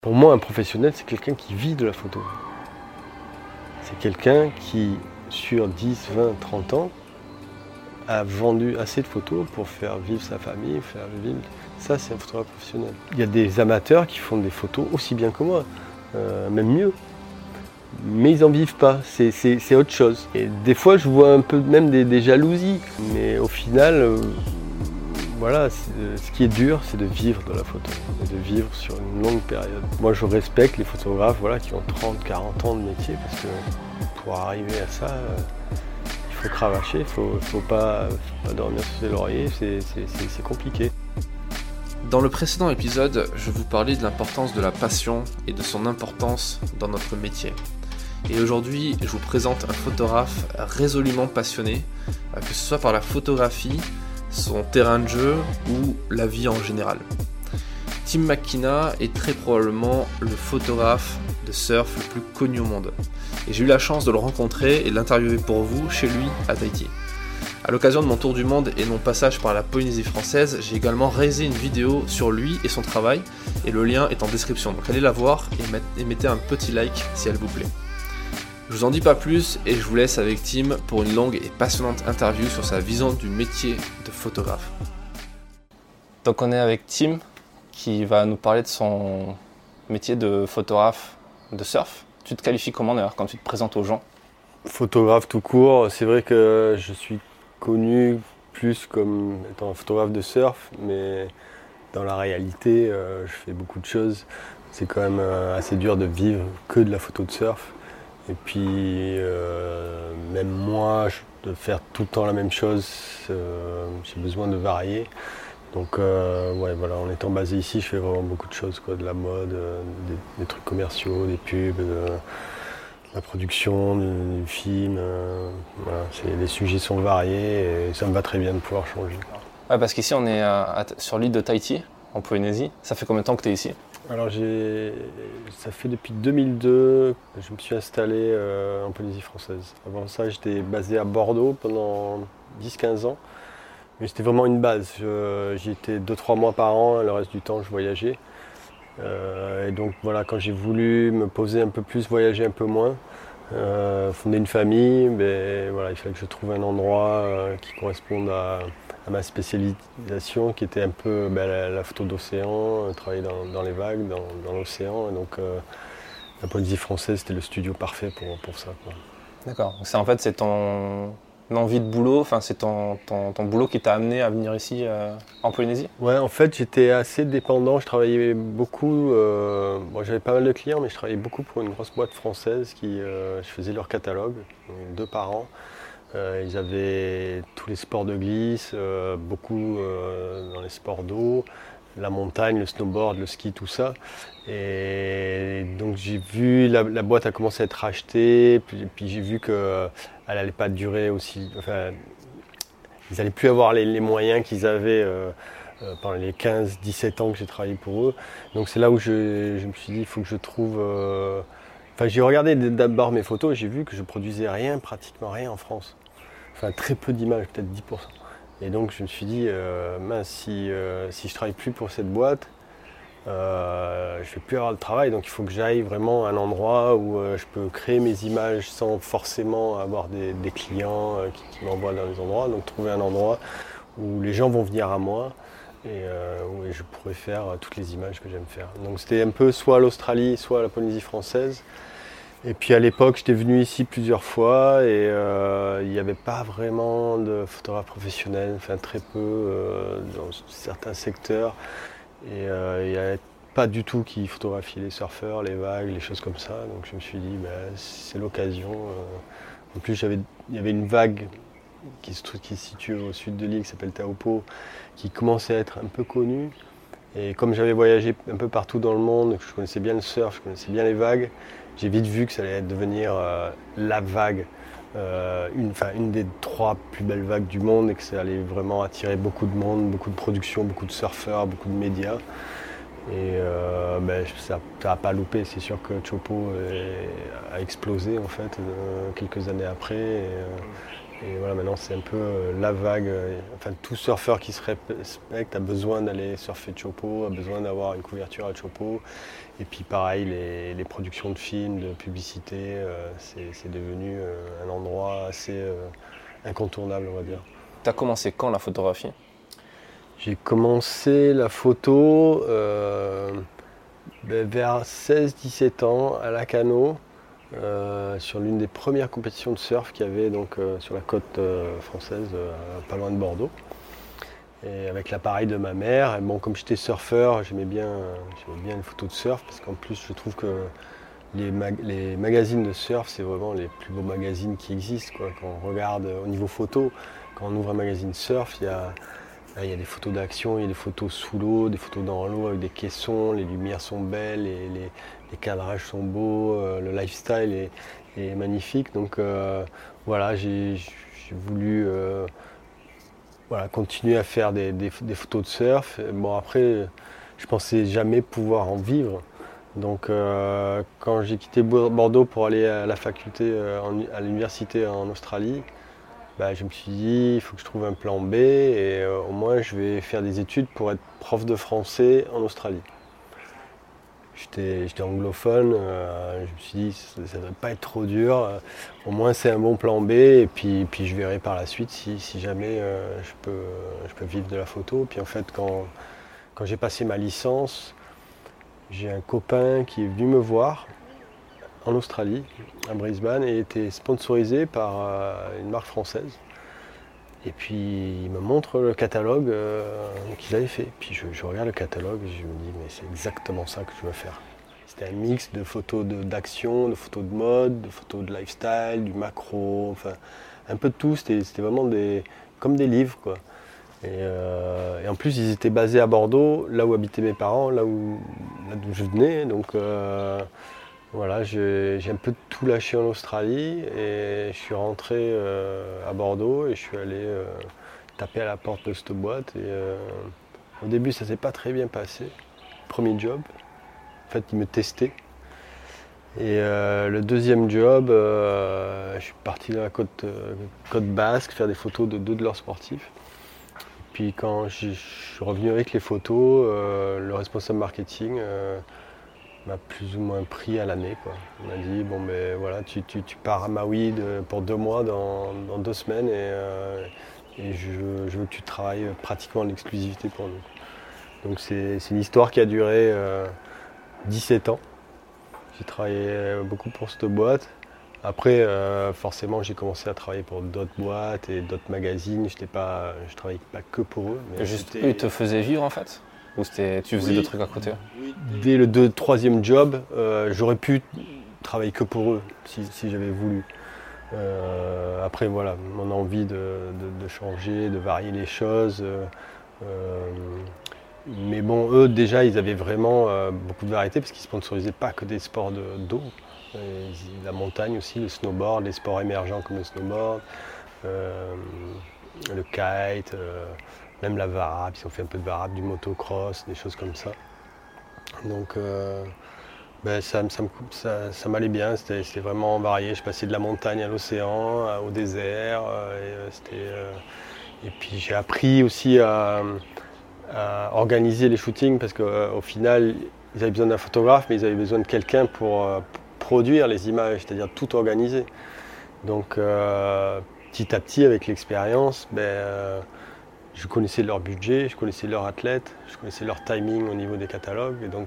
Pour moi, un professionnel, c'est quelqu'un qui vit de la photo. C'est quelqu'un qui, sur 10, 20, 30 ans, a vendu assez de photos pour faire vivre sa famille, faire vivre... Ça, c'est un photographe professionnel. Il y a des amateurs qui font des photos aussi bien que moi, même mieux. Mais ils n'en vivent pas, c'est autre chose. Et des fois, je vois un peu même des jalousies. Mais au final, voilà, ce qui est dur, c'est de vivre de la photo, et de vivre sur une longue période. Moi, je respecte les photographes qui ont 30, 40 ans de métier, parce que pour arriver à ça, il faut cravacher, il ne faut pas dormir sur ses lauriers, c'est compliqué. Dans le précédent épisode, je vous parlais de l'importance de la passion et de son importance dans notre métier. Et aujourd'hui, je vous présente un photographe résolument passionné, que ce soit par la photographie, son terrain de jeu ou la vie en général. Tim McKenna est très probablement le photographe de surf le plus connu au monde. Et j'ai eu la chance de le rencontrer et de l'interviewer pour vous chez lui à Tahiti. À l'occasion de mon tour du monde et de mon passage par la Polynésie française, j'ai également réalisé une vidéo sur lui et son travail, et le lien est en description, donc allez la voir et mettez un petit like si elle vous plaît. Je vous en dis pas plus et je vous laisse avec Tim pour une longue et passionnante interview sur sa vision du métier de photographe. Donc on est avec Tim qui va nous parler de son métier de photographe de surf. Tu te qualifies comment d'ailleurs quand tu te présentes aux gens ? Photographe tout court, c'est vrai que je suis connu plus comme étant un photographe de surf, mais dans la réalité, je fais beaucoup de choses. C'est quand même assez dur de vivre que de la photo de surf. Et puis, même moi, de faire tout le temps la même chose, j'ai besoin de varier. Donc, voilà, en étant basé ici, je fais vraiment beaucoup de choses, de la mode, des trucs commerciaux, des pubs, la production, du film. Voilà, les sujets sont variés et ça me va très bien de pouvoir changer. Ouais, parce qu'ici, on est sur l'île de Tahiti, en Polynésie. Ça fait combien de temps que tu es ici ? Alors ça fait depuis 2002 que je me suis installé en Polynésie française. Avant ça, j'étais basé à Bordeaux pendant 10-15 ans. Mais c'était vraiment une base. J'y étais 2-3 mois par an, le reste du temps je voyageais. Et donc voilà, quand j'ai voulu me poser un peu plus, voyager un peu moins, fonder une famille, il fallait que je trouve un endroit qui corresponde à ma spécialisation, qui était un peu la photo d'océan, travailler dans les vagues, dans l'océan. Et donc la Polynésie française, c'était le studio parfait pour ça. D'accord, donc c'est ton envie de boulot, c'est ton boulot qui t'a amené à venir ici en Polynésie ? Ouais, en fait, j'étais assez dépendant, je travaillais beaucoup, j'avais pas mal de clients, mais je travaillais beaucoup pour une grosse boîte française je faisais leur catalogue, 2 par an. Ils avaient tous les sports de glisse, beaucoup dans les sports d'eau, la montagne, le snowboard, le ski, tout ça. Et donc j'ai vu la boîte a commencé à être rachetée, puis j'ai vu qu'elle n'allait pas durer aussi. Ils n'allaient plus avoir les moyens qu'ils avaient pendant les 15-17 ans que j'ai travaillé pour eux. Donc c'est là où je me suis dit, il faut que je trouve... j'ai regardé d'abord mes photos et j'ai vu que je produisais pratiquement rien en France. Très peu d'images, peut-être 10%. Et donc je me suis dit, si je travaille plus pour cette boîte, je ne vais plus avoir de travail. Donc il faut que j'aille vraiment à un endroit où je peux créer mes images sans forcément avoir des clients qui m'envoient dans les endroits. Donc trouver un endroit où les gens vont venir à moi et où je pourrais faire toutes les images que j'aime faire. Donc c'était un peu soit l'Australie, soit la Polynésie française. Et puis à l'époque, j'étais venu ici plusieurs fois et il n'y avait pas vraiment de photographe professionnel, très peu dans certains secteurs. Et il n'y avait pas du tout qui photographiait les surfeurs, les vagues, les choses comme ça. Donc je me suis dit, c'est l'occasion. En plus, il y avait une vague qui se situe au sud de l'île, qui s'appelle Taupo, qui commençait à être un peu connue. Et comme j'avais voyagé un peu partout dans le monde, que je connaissais bien le surf, je connaissais bien les vagues, j'ai vite vu que ça allait devenir la vague, une des 3 plus belles vagues du monde, et que ça allait vraiment attirer beaucoup de monde, beaucoup de production, beaucoup de surfeurs, beaucoup de médias. Et ça n'a pas loupé. C'est sûr que Chopo a explosé en fait quelques années après. Et voilà, maintenant c'est un peu la vague. Enfin, tout surfeur qui se respecte a besoin d'aller surfer de Chopo, a besoin d'avoir une couverture à Chopo. Et puis pareil, les productions de films, de publicité, c'est devenu un endroit assez incontournable, on va dire. T'as commencé quand la photographie? J'ai commencé la photo vers 16-17 ans à Lacanau, sur l'une des premières compétitions de surf qu'il y avait donc, sur la côte française, pas loin de Bordeaux. Et avec l'appareil de ma mère, et bon, comme j'étais surfeur, j'aimais bien les photos de surf, parce qu'en plus je trouve que les magazines de surf, c'est vraiment les plus beaux magazines qui existent, quoi. Quand on regarde au niveau photo, quand on ouvre un magazine surf, il y a des photos d'action, il y a des photos sous l'eau, des photos dans l'eau avec des caissons, les lumières sont belles, les cadrages sont beaux, le lifestyle est magnifique. Donc voilà, j'ai voulu continuer à faire des photos de surf. Bon, après, je pensais jamais pouvoir en vivre. Donc quand j'ai quitté Bordeaux pour aller à la faculté, à l'université en Australie, je me suis dit, il faut que je trouve un plan B et au moins je vais faire des études pour être prof de français en Australie. J'étais anglophone, je me suis dit, ça ne devrait pas être trop dur, au moins c'est un bon plan B et puis je verrai par la suite si jamais je peux vivre de la photo. Puis en fait, quand j'ai passé ma licence, j'ai un copain qui est venu me voir en Australie, à Brisbane, et était sponsorisé par une marque française. Et puis il me montre le catalogue qu'ils avaient fait. Puis je regarde le catalogue et je me dis, mais c'est exactement ça que je veux faire. C'était un mix de photos d'action, de photos de mode, de photos de lifestyle, du macro, enfin un peu de tout. C'était vraiment comme des livres, quoi. Et en plus, ils étaient basés à Bordeaux, là où habitaient mes parents, là d'où je venais. Donc voilà, j'ai un peu tout lâché en Australie et je suis rentré à Bordeaux et je suis allé taper à la porte de cette boîte. Et au début, ça s'est pas très bien passé. Premier job, en fait, ils me testaient. Et le deuxième job, je suis parti dans la côte basque faire des photos de deux de leurs sportifs. Puis quand je suis revenu avec les photos, le responsable marketing m'a plus ou moins pris à l'année, quoi. Il m'a dit, bon ben voilà, tu pars à Maui pour 2 mois dans 2 semaines et je veux que tu travailles pratiquement en exclusivité pour nous. Donc c'est une histoire qui a duré 17 ans. J'ai travaillé beaucoup pour cette boîte. Après, forcément, j'ai commencé à travailler pour d'autres boîtes et d'autres magazines. Je travaillais pas que pour eux. Mais juste eux, ils te faisaient vivre en fait? Ou tu faisais d'autres trucs à côté? Dès le 3e job, j'aurais pu travailler que pour eux si j'avais voulu. Après voilà, mon envie de changer, de varier les choses. Mais bon, eux déjà, ils avaient vraiment beaucoup de variété parce qu'ils ne sponsorisaient pas que des sports d'eau. La montagne aussi, le snowboard, les sports émergents comme le snowboard, le kite. Même la varap, ils ont fait un peu de varap, du motocross, des choses comme ça. Donc ça m'allait bien, c'était vraiment varié. Je passais de la montagne à l'océan, au désert. Et puis j'ai appris aussi à organiser les shootings parce qu'au final, ils avaient besoin d'un photographe, mais ils avaient besoin de quelqu'un pour produire les images, c'est-à-dire tout organiser. Donc petit à petit, avec l'expérience, je connaissais leur budget, je connaissais leurs athlètes, je connaissais leur timing au niveau des catalogues et donc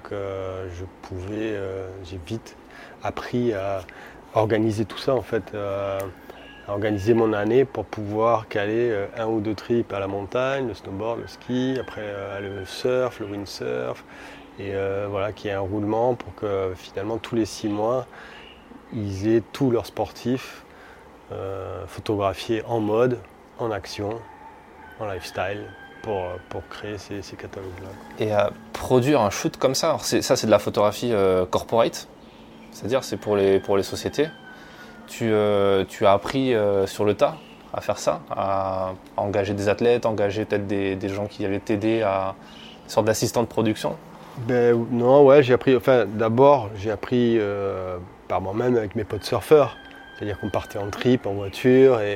j'ai vite appris à organiser tout ça en fait, à organiser mon année pour pouvoir caler 1 ou 2 trips à la montagne, le snowboard, le ski, après le surf, le windsurf et voilà, qu'il y ait un roulement pour que finalement tous les 6 mois, ils aient tous leurs sportifs photographiés en mode, en action, en lifestyle pour créer ces catalogues-là. Et produire un shoot comme ça, alors c'est de la photographie corporate, c'est-à-dire c'est pour les sociétés. Tu as appris sur le tas à faire ça, à engager des athlètes, engager peut-être des gens qui allaient t'aider à une sorte d'assistant de production? Non, ouais, d'abord j'ai appris par moi-même avec mes potes surfeurs. C'est-à-dire qu'on partait en trip, en voiture et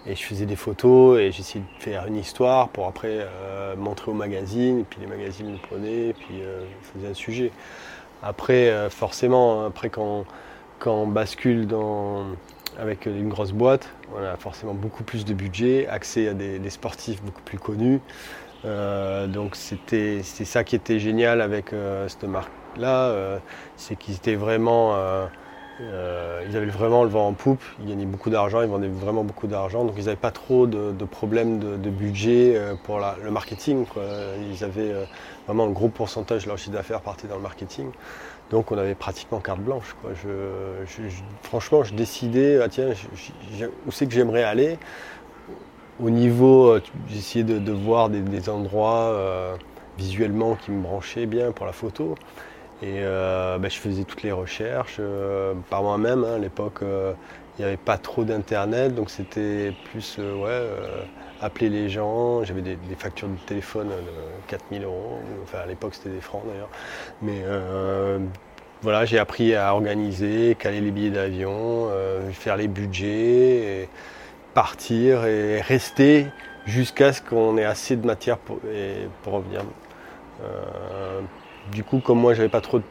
Et je faisais des photos et j'essayais de faire une histoire pour après montrer au magazine. Et puis les magazines le prenaient et puis faisaient un sujet. Après, forcément, quand on bascule avec une grosse boîte, on a forcément beaucoup plus de budget, accès à des sportifs beaucoup plus connus. Donc c'était ça qui était génial avec cette marque-là, c'est qu'ils étaient vraiment, ils avaient vraiment le vent en poupe, ils gagnaient beaucoup d'argent, ils vendaient vraiment beaucoup d'argent, donc ils n'avaient pas trop de problèmes de budget pour le marketing, quoi. Ils avaient vraiment un gros pourcentage de leur chiffre d'affaires partait dans le marketing. Donc on avait pratiquement carte blanche, quoi. Franchement, je décidais, où c'est que j'aimerais aller. Au niveau, j'essayais de voir des endroits visuellement qui me branchaient bien pour la photo. Et je faisais toutes les recherches par moi-même. À l'époque, il n'y avait pas trop d'internet, donc c'était plus appeler les gens. J'avais des factures de téléphone de 4 000 €. Enfin, à l'époque, c'était des francs d'ailleurs. Mais voilà, j'ai appris à organiser, caler les billets d'avion, faire les budgets, et partir et rester jusqu'à ce qu'on ait assez de matière pour revenir. Du coup, comme moi, j'avais pas trop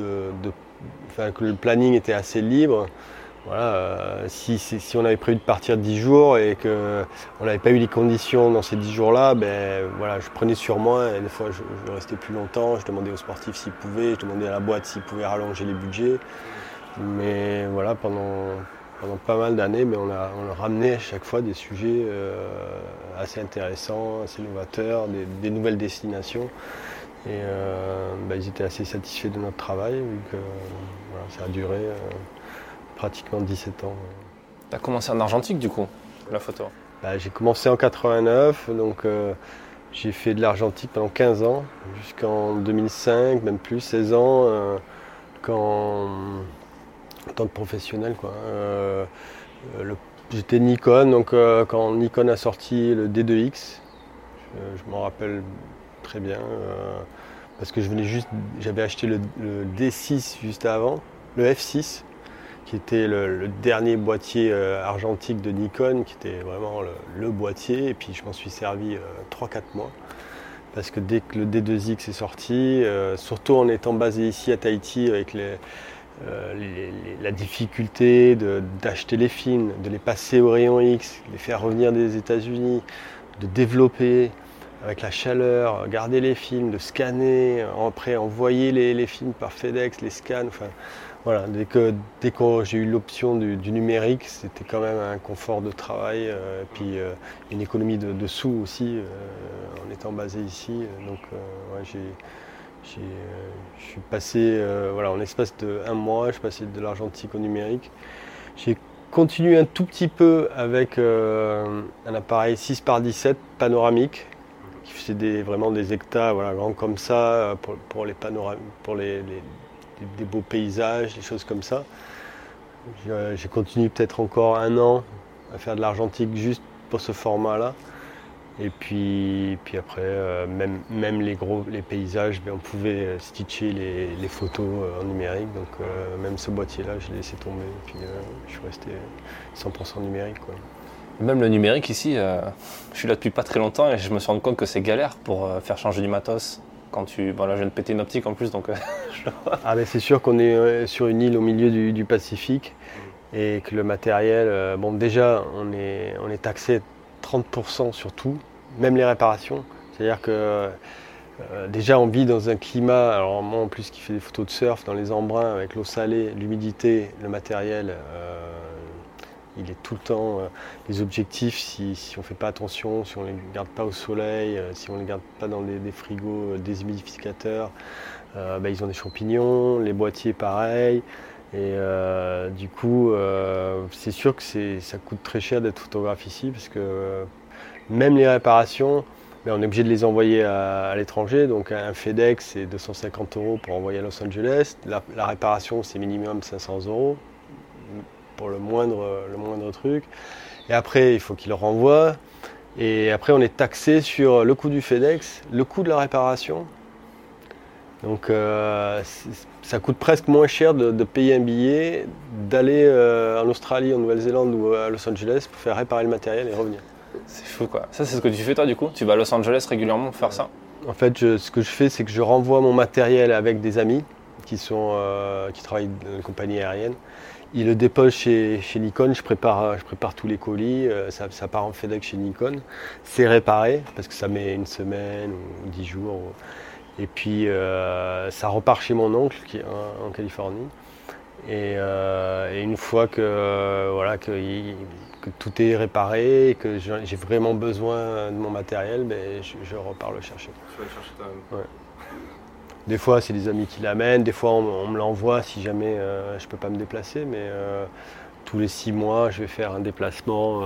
que le planning était assez libre. Voilà, si on avait prévu de partir 10 jours et qu'on n'avait pas eu les conditions dans ces 10 jours-là, je prenais sur moi et des fois je restais plus longtemps, je demandais aux sportifs s'ils pouvaient, je demandais à la boîte s'ils pouvaient rallonger les budgets. Mais voilà, pendant pas mal d'années, on a ramené à chaque fois des sujets assez intéressants, assez novateurs, des nouvelles destinations. Et ils étaient assez satisfaits de notre travail, vu que ça a duré pratiquement 17 ans. Tu as commencé en argentique du coup, la photo? J'ai commencé en 89, donc j'ai fait de l'argentique pendant 15 ans, jusqu'en 2005, même plus, 16 ans, en tant que professionnel, quoi. J'étais Nikon, donc quand Nikon a sorti le D2X, je m'en rappelle très bien, parce que j'avais acheté le D6 juste avant, le F6, qui était le dernier boîtier argentique de Nikon, qui était vraiment le boîtier, et puis je m'en suis servi 3-4 mois, parce que dès que le D2X est sorti, surtout en étant basé ici à Tahiti, avec la difficulté d'acheter les films, de les passer au rayon X, les faire revenir des États-Unis, de développer avec la chaleur, garder les films, de scanner, après envoyer les films par FedEx, les scans. Enfin, voilà, dès que j'ai eu l'option du numérique, c'était quand même un confort de travail, puis une économie de sous aussi en étant basé ici. Donc je suis passé, en l'espace de 1 mois, je suis passé de l'argentique au numérique. J'ai continué un tout petit peu avec un appareil 6x17 panoramique, qui faisait vraiment des hectares grands comme ça, pour les panoramiques, pour des beaux paysages, des choses comme ça. J'ai continué peut-être encore 1 an à faire de l'argentique juste pour ce format-là. Et puis après, même les paysages, on pouvait stitcher les photos en numérique. Donc même ce boîtier-là, je l'ai laissé tomber. Et puis je suis resté 100% numérique, quoi. Même le numérique ici, je suis là depuis pas très longtemps et je me suis rendu compte que c'est galère pour faire changer du matos. Quand je viens de péter une optique en plus, donc je vois. C'est sûr qu'on est sur une île au milieu du Pacifique et que le matériel, déjà on est taxé 30% sur tout, même les réparations. C'est-à-dire que déjà on vit dans un climat, alors moi en plus qui fait des photos de surf dans les embruns avec l'eau salée, l'humidité, le matériel, il est tout le temps, les objectifs, si on ne fait pas attention, si on ne les garde pas au soleil, si on ne les garde pas dans des frigos déshumidificateurs, ils ont des champignons, les boîtiers pareil. Et du coup, c'est sûr que ça coûte très cher d'être photographe ici, parce que même les réparations, on est obligé de les envoyer à l'étranger. Donc un FedEx, c'est 250 € pour envoyer à Los Angeles. La réparation, c'est minimum 500 € pour le moindre truc. Et après, il faut qu'il le renvoie. Et après, on est taxé sur le coût du FedEx, le coût de la réparation. Donc ça coûte presque moins cher de payer un billet, d'aller en Australie, en Nouvelle-Zélande ou à Los Angeles pour faire réparer le matériel et revenir. C'est fou quoi. Ça, c'est ce que tu fais toi du coup? Tu vas à Los Angeles régulièrement pour faire ça? En fait, ce que je fais, c'est que je renvoie mon matériel avec des amis qui travaillent dans une compagnie aérienne. Ils le déposent chez Nikon, je prépare tous les colis, ça part en FedEx chez Nikon. C'est réparé, parce que ça met une semaine ou 10 jours. Et puis ça repart chez mon oncle qui est en Californie. Et une fois que tout est réparé et que j'ai vraiment besoin de mon matériel, je repars le chercher. Tu vas le chercher toi-même. Ouais. Des fois, c'est des amis qui l'amènent, des fois, on me l'envoie si jamais je ne peux pas me déplacer. Mais tous les 6 mois, je vais faire un déplacement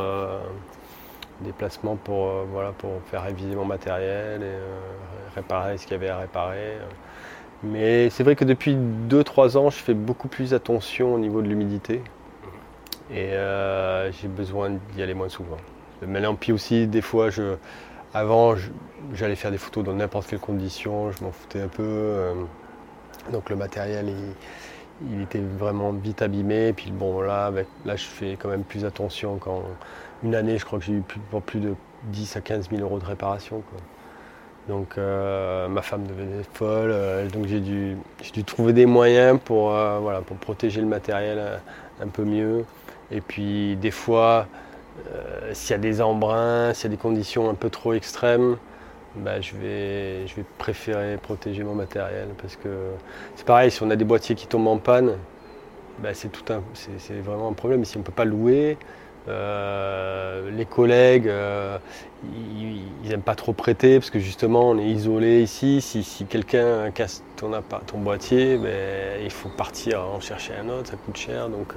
pour faire réviser mon matériel et réparer ce qu'il y avait à réparer. Mais c'est vrai que depuis 2-3 ans, je fais beaucoup plus attention au niveau de l'humidité. Et j'ai besoin d'y aller moins souvent. Maintenant, puis aussi, des fois, avant, j'allais faire des photos dans n'importe quelle condition, je m'en foutais un peu. Donc le matériel, il était vraiment vite abîmé. Puis bon, là, je fais quand même plus attention. Une année, je crois que j'ai eu plus de 10 à 15 000 euros de réparation, quoi. Donc ma femme devenait folle, donc j'ai dû trouver des moyens pour protéger le matériel un peu mieux. Et puis des fois, s'il y a des embruns, s'il y a des conditions un peu trop extrêmes, je vais préférer protéger mon matériel parce que c'est pareil, si on a des boîtiers qui tombent en panne, c'est vraiment un problème. Si on ne peut pas louer, les collègues, ils n'aiment pas trop prêter parce que justement on est isolé ici. Si quelqu'un casse ton boîtier, il faut partir en chercher un autre, ça coûte cher. Donc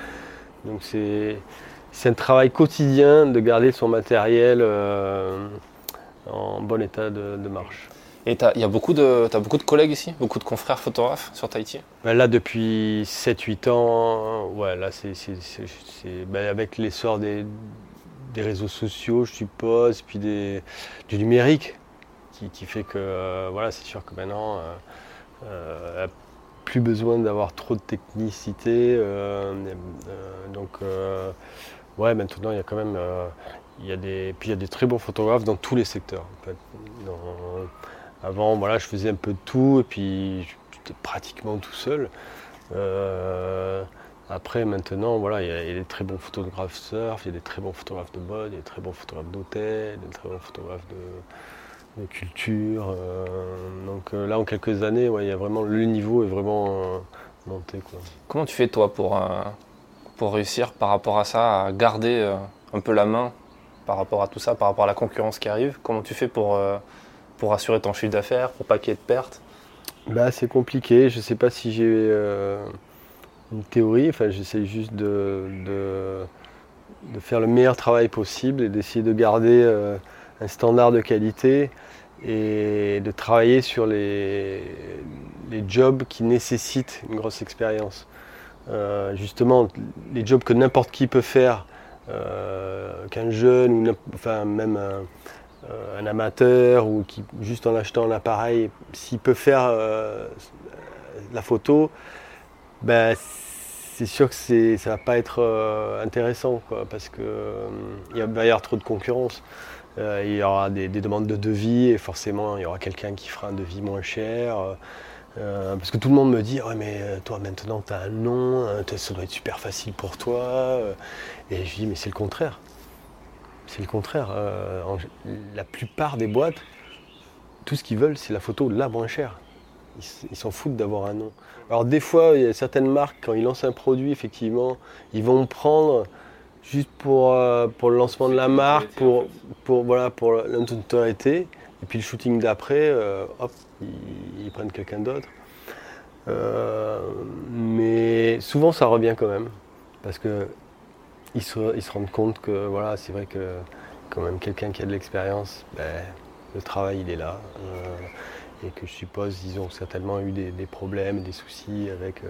c'est un travail quotidien de garder son matériel en bon état de marche. Et t'as beaucoup de collègues ici, beaucoup de confrères photographes sur Tahiti? Là, depuis 7-8 ans, ouais, là, avec l'essor des réseaux sociaux, je suppose, puis du numérique, qui fait que, c'est sûr que maintenant, plus besoin d'avoir trop de technicité. Maintenant, il y a quand même, il y a des très bons photographes dans tous les secteurs. En fait. Avant, je faisais un peu de tout et puis j'étais pratiquement tout seul. Après, maintenant, il y a des très bons photographes surf, il y a des très bons photographes de mode, il y a des très bons photographes d'hôtel, des très bons photographes de culture. Donc là, en quelques années, il y a vraiment, le niveau est vraiment monté, quoi. Comment tu fais, toi, pour réussir par rapport à ça, à garder un peu la main par rapport à tout ça, par rapport à la concurrence qui arrive? Comment tu fais pour assurer ton chiffre d'affaires, pour pas qu'il y ait de pertes? C'est compliqué, je ne sais pas si j'ai une théorie, j'essaie juste de faire le meilleur travail possible et d'essayer de garder un standard de qualité et de travailler sur les jobs qui nécessitent une grosse expérience. Justement, les jobs que n'importe qui peut faire, qu'un jeune ou même un amateur ou qui, juste en achetant un appareil, s'il peut faire la photo, c'est sûr que ça va pas être intéressant, quoi, parce que il va y avoir trop de concurrence. Il y aura des demandes de devis et forcément il y aura quelqu'un qui fera un devis moins cher. Parce que tout le monde me dit ouais, mais toi maintenant tu as un nom, ça doit être super facile pour toi. Et je dis mais c'est le contraire. C'est le contraire. La plupart des boîtes, tout ce qu'ils veulent, c'est la photo la moins chère. Ils s'en foutent d'avoir un nom. Alors des fois, il y a certaines marques, quand ils lancent un produit, effectivement, ils vont prendre juste pour le lancement de la marque, pour l'innotoriété. Et puis le shooting d'après, ils prennent quelqu'un d'autre. Mais souvent, ça revient quand même. Parce que ils se rendent compte que c'est vrai que quand même quelqu'un qui a de l'expérience, le travail il est là. Et que je suppose ils ont certainement eu des problèmes, des soucis avec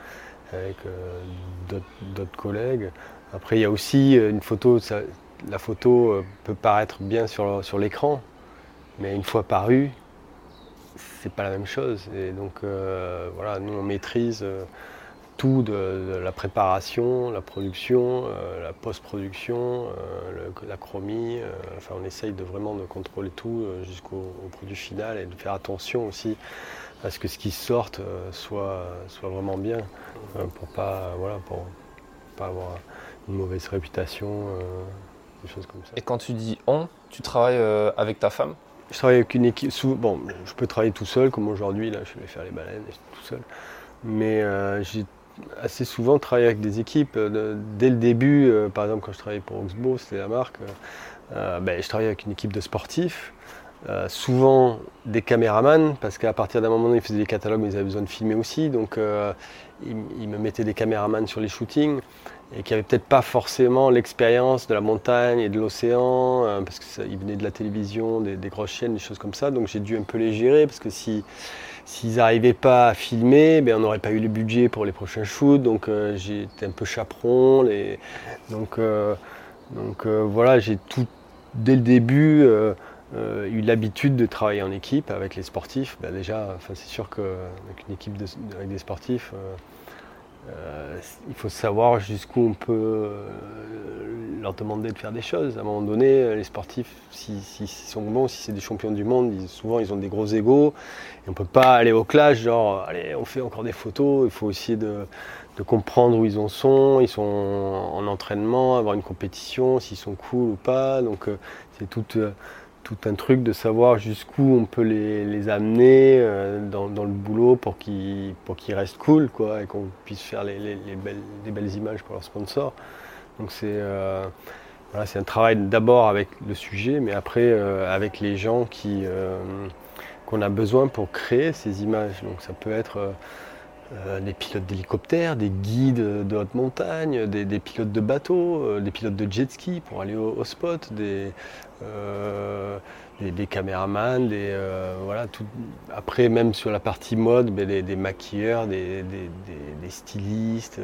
d'autres collègues. Après il y a aussi une photo, la photo peut paraître bien sur l'écran, mais une fois parue, c'est pas la même chose. Et donc voilà, nous on maîtrise tout de la préparation, la production, la post-production, la chromie. Enfin, on essaye vraiment de contrôler tout jusqu'au produit final et de faire attention aussi à ce que ce qui sorte soit vraiment bien pour pas avoir une mauvaise réputation, des choses comme ça. Et quand tu dis on, tu travailles avec ta femme? Je travaille avec une équipe. Bon, je peux travailler tout seul, comme aujourd'hui, là, je vais faire les baleines tout seul. Mais j'ai assez souvent travaillé avec des équipes. Dès le début, par exemple, quand je travaillais pour Oxbow, c'était la marque, je travaillais avec une équipe de sportifs. Souvent des caméramans, parce qu'à partir d'un moment donné, ils faisaient des catalogues, mais ils avaient besoin de filmer aussi. Donc, ils me mettaient des caméramans sur les shootings et qui n'avaient peut-être pas forcément l'expérience de la montagne et de l'océan, parce qu'ils venaient de la télévision, des grosses chaînes, des choses comme ça. Donc, j'ai dû un peu les gérer, parce que s'ils n'arrivaient pas à filmer, on n'aurait pas eu le budget pour les prochains shoots. Donc, j'étais un peu chaperon. Donc, voilà, j'ai tout, dès le début, eu l'habitude de travailler en équipe avec les sportifs. Déjà, c'est sûr qu'avec une équipe avec des sportifs, il faut savoir jusqu'où on peut leur demander de faire des choses. À un moment donné, les sportifs, s'ils sont bons, si c'est des champions du monde, souvent ils ont des gros égos. Et on ne peut pas aller au clash, genre, allez, on fait encore des photos. Il faut essayer de comprendre où ils en sont. Ils sont en entraînement, avoir une compétition, s'ils sont cool ou pas. Donc, c'est tout un truc de savoir jusqu'où on peut les amener dans le boulot pour qu'ils restent cool, quoi, et qu'on puisse faire des belles images pour leurs sponsors. Donc c'est un travail d'abord avec le sujet, mais après avec les gens qu'on a besoin pour créer ces images. Donc ça peut être des pilotes d'hélicoptères, des guides de haute montagne, des pilotes de bateaux, des pilotes de jet ski pour aller au spot, des caméramans, tout. Après, même sur la partie mode, des maquilleurs, des stylistes,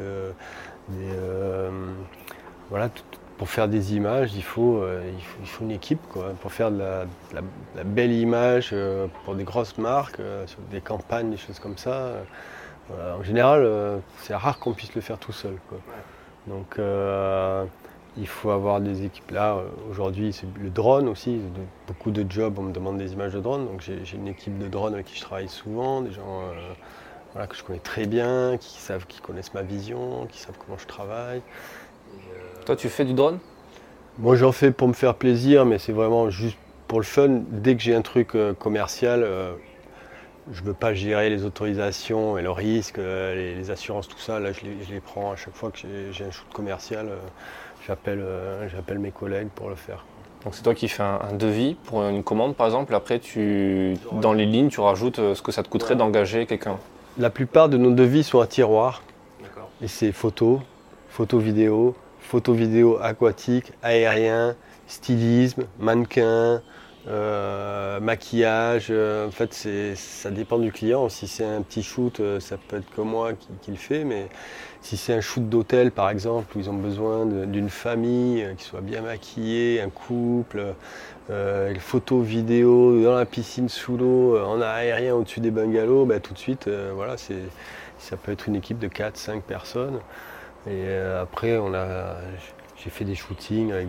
pour faire des images, il faut une équipe, quoi, pour faire de la belle image pour des grosses marques, sur des campagnes, des choses comme ça. En général, c'est rare qu'on puisse le faire tout seul, quoi. Donc, il faut avoir des équipes. Là, aujourd'hui, c'est le drone aussi. Beaucoup de jobs, on me demande des images de drone. Donc, j'ai une équipe de drone avec qui je travaille souvent, des gens que je connais très bien, qui connaissent ma vision, qui savent comment je travaille. Toi, tu fais du drone? Moi, j'en fais pour me faire plaisir, mais c'est vraiment juste pour le fun. Dès que j'ai un truc commercial, je ne veux pas gérer les autorisations et le risque, les assurances, tout ça. Là, je les prends à chaque fois que j'ai un shoot commercial. J'appelle mes collègues pour le faire. Donc c'est toi qui fais un devis pour une commande, par exemple. Après, dans les lignes, tu rajoutes ce que ça te coûterait d'engager quelqu'un. La plupart de nos devis sont à tiroir. D'accord. Et c'est photo vidéo aquatique, aérien, stylisme, mannequin, maquillage. En fait, ça dépend du client. Si c'est un petit shoot, ça peut être que moi qui le fais, mais si c'est un shoot d'hôtel, par exemple, où ils ont besoin d'une famille qui soit bien maquillée, un couple, photo, vidéo, dans la piscine, sous l'eau, en aérien, au-dessus des bungalows, tout de suite, ça peut être une équipe de 4-5 personnes. Et après, j'ai fait des shootings avec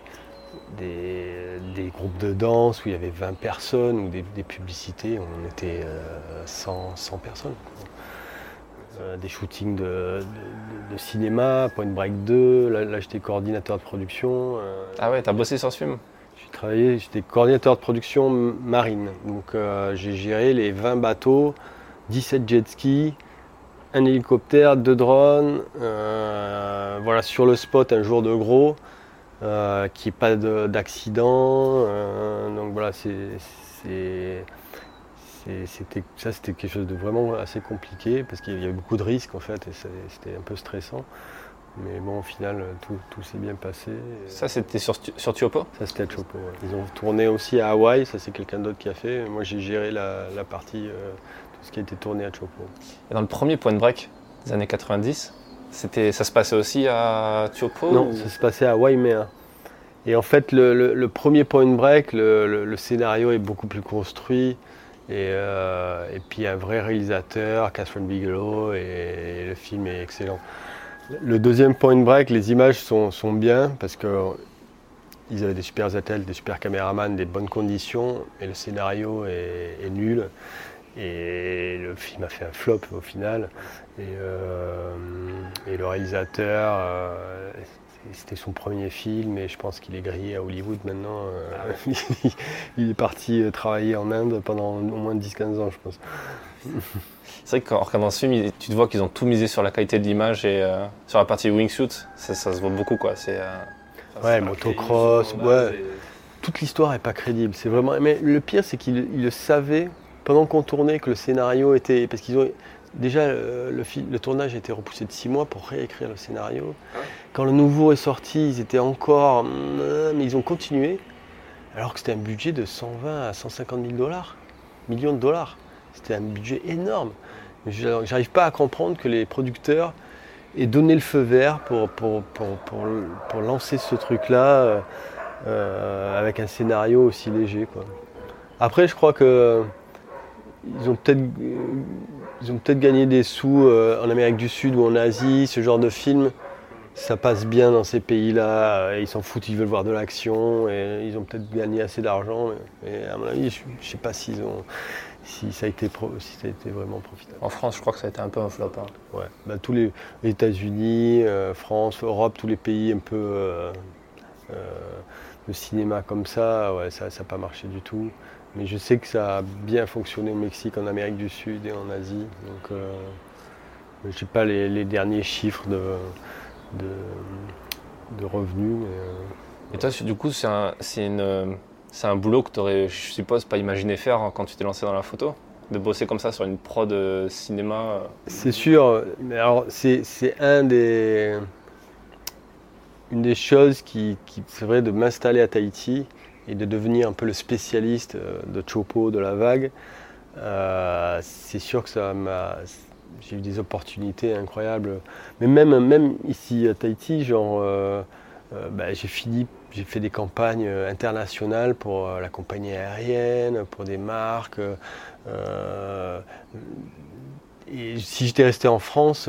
des groupes de danse où il y avait 20 personnes, ou des publicités où on était 100 personnes. Des shootings de cinéma, Point Break 2, là j'étais coordinateur de production. Ah ouais, t'as bossé sur ce film? J'étais coordinateur de production marine. Donc j'ai géré les 20 bateaux, 17 jet skis, un hélicoptère, 2 drones, sur le spot un jour de gros, qu'il n'y ait pas d'accident. Donc voilà, c'était quelque chose de vraiment assez compliqué parce qu'il y avait beaucoup de risques en fait et c'était un peu stressant. Mais bon, au final, tout s'est bien passé. Ça, c'était sur Tiopo? Ça, c'était à Tiopo. Ouais. Ils ont tourné aussi à Hawaï, ça c'est quelqu'un d'autre qui a fait. Moi, j'ai géré la partie, tout ce qui a été tourné à Tiopo. Et dans le premier Point Break des années 90, ça se passait aussi à Tiopo? Non, ça se passait à Waimea. Et en fait, le premier Point Break, le scénario est beaucoup plus construit. Et puis un vrai réalisateur, Catherine Bigelow, et le film est excellent. Le deuxième Point Break, les images sont bien parce qu'ils avaient des super athlètes, des super caméramans, des bonnes conditions, et le scénario est nul. Et le film a fait un flop au final. Et le réalisateur, c'était son premier film et je pense qu'il est grillé à Hollywood maintenant. Il est parti travailler en Inde pendant au moins 10-15 ans, je pense. C'est vrai qu'en regardant ce film, tu te vois qu'ils ont tout misé sur la qualité de l'image et sur la partie wingsuit, ça se voit beaucoup quoi. Ouais, motocross, toute l'histoire n'est pas crédible. C'est vraiment. Mais le pire, c'est qu'ils le savaient pendant qu'on tournait que le scénario était. Parce qu'ils ont. Déjà, le tournage a été repoussé de 6 mois pour réécrire le scénario. Quand le nouveau est sorti, ils étaient encore. Mais ils ont continué. Alors que c'était un budget de 120 à 150 millions de dollars. C'était un budget énorme. J'arrive pas à comprendre que les producteurs aient donné le feu vert pour lancer ce truc-là avec un scénario aussi léger, quoi. Après, je crois que ils ont peut-être gagné des sous en Amérique du Sud ou en Asie. Ce genre de film, ça passe bien dans ces pays-là. Ils s'en foutent, ils veulent voir de l'action. Et ils ont peut-être gagné assez d'argent. Mais à mon avis, je ne sais pas si ça a été vraiment profitable. En France, je crois que ça a été un peu un flop. Hein. Ouais. Tous les États-Unis, France, Europe, tous les pays un peu de cinéma comme ça, ouais, ça n'a pas marché du tout. Mais je sais que ça a bien fonctionné au Mexique, en Amérique du Sud et en Asie. Donc, je n'ai pas les derniers chiffres de revenus. Et toi, du coup, c'est un boulot que tu aurais, je suppose, pas imaginé faire quand tu t'es lancé dans la photo? De bosser comme ça sur une prod cinéma? C'est sûr. Mais alors, c'est une des choses qui c'est vrai, de m'installer à Tahiti et de devenir un peu le spécialiste de Chopo, de la vague. C'est sûr que j'ai eu des opportunités incroyables. Mais même ici à Tahiti, j'ai fait des campagnes internationales pour la compagnie aérienne, pour des marques. Et si j'étais resté en France,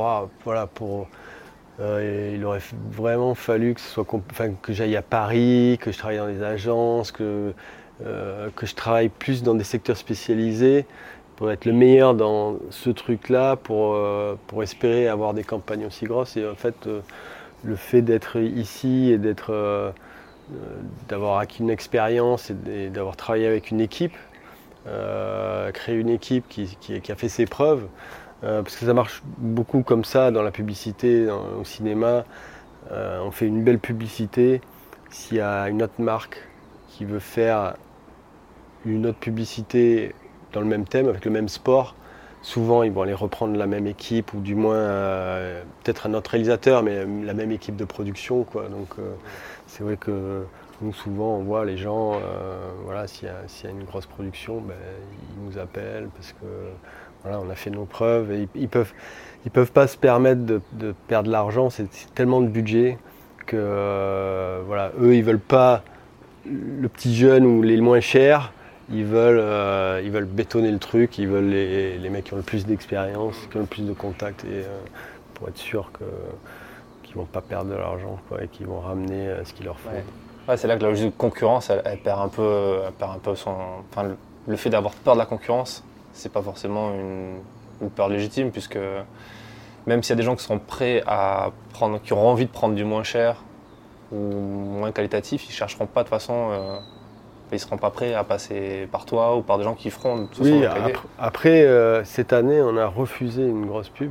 il aurait vraiment fallu que j'aille à Paris, que je travaille dans des agences, que je travaille plus dans des secteurs spécialisés pour être le meilleur dans ce truc-là, pour espérer avoir des campagnes aussi grosses. Et en fait, le fait d'être ici et d'avoir acquis une expérience et d'avoir travaillé avec une équipe, créer une équipe qui a fait ses preuves, parce que ça marche beaucoup comme ça dans la publicité, au cinéma. On fait une belle publicité. S'il y a une autre marque qui veut faire une autre publicité dans le même thème, avec le même sport, souvent ils vont aller reprendre la même équipe ou du moins peut-être un autre réalisateur, mais la même équipe de production, quoi. Donc c'est vrai que nous souvent on voit les gens, s'il y a une grosse production, ils nous appellent parce que on a fait nos preuves et ils peuvent pas se permettre de perdre de l'argent, c'est tellement de budget que eux ils veulent pas le petit jeune ou les moins chers, ils veulent bétonner le truc, ils veulent les mecs qui ont le plus d'expérience, qui ont le plus de contacts et pour être sûr qu'ils vont pas perdre de l'argent, quoi, et qu'ils vont ramener ce qu'il leur faut. Ouais, c'est là que la logique de concurrence elle perd un peu son. Enfin, le fait d'avoir peur de la concurrence, c'est pas forcément une peur légitime, puisque même s'il y a des gens qui seront prêts à prendre, qui auront envie de prendre du moins cher ou moins qualitatif, ils chercheront pas de toute façon, ils seront pas prêts à passer par toi ou par des gens qui feront de toute façon. Oui, après cette année, on a refusé une grosse pub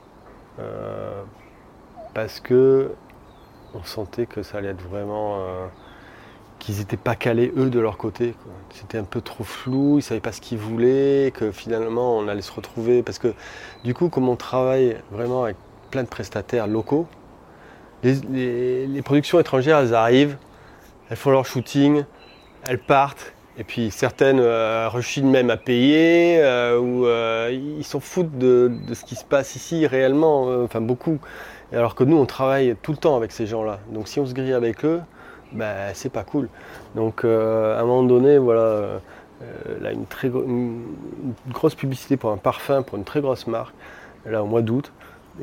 parce que on sentait que ça allait être vraiment qu'ils n'étaient pas calés eux de leur côté, quoi. C'était un peu trop flou, ils ne savaient pas ce qu'ils voulaient, que finalement on allait se retrouver. Parce que du coup, comme on travaille vraiment avec plein de prestataires locaux, les productions étrangères, elles arrivent, elles font leur shooting, elles partent, et puis certaines rechignent même à payer, ou ils s'en foutent de ce qui se passe ici réellement, beaucoup. Alors que nous, on travaille tout le temps avec ces gens-là. Donc si on se grille avec eux, c'est pas cool. Donc à un moment donné, là, une grosse publicité pour un parfum, pour une très grosse marque, là au mois d'août.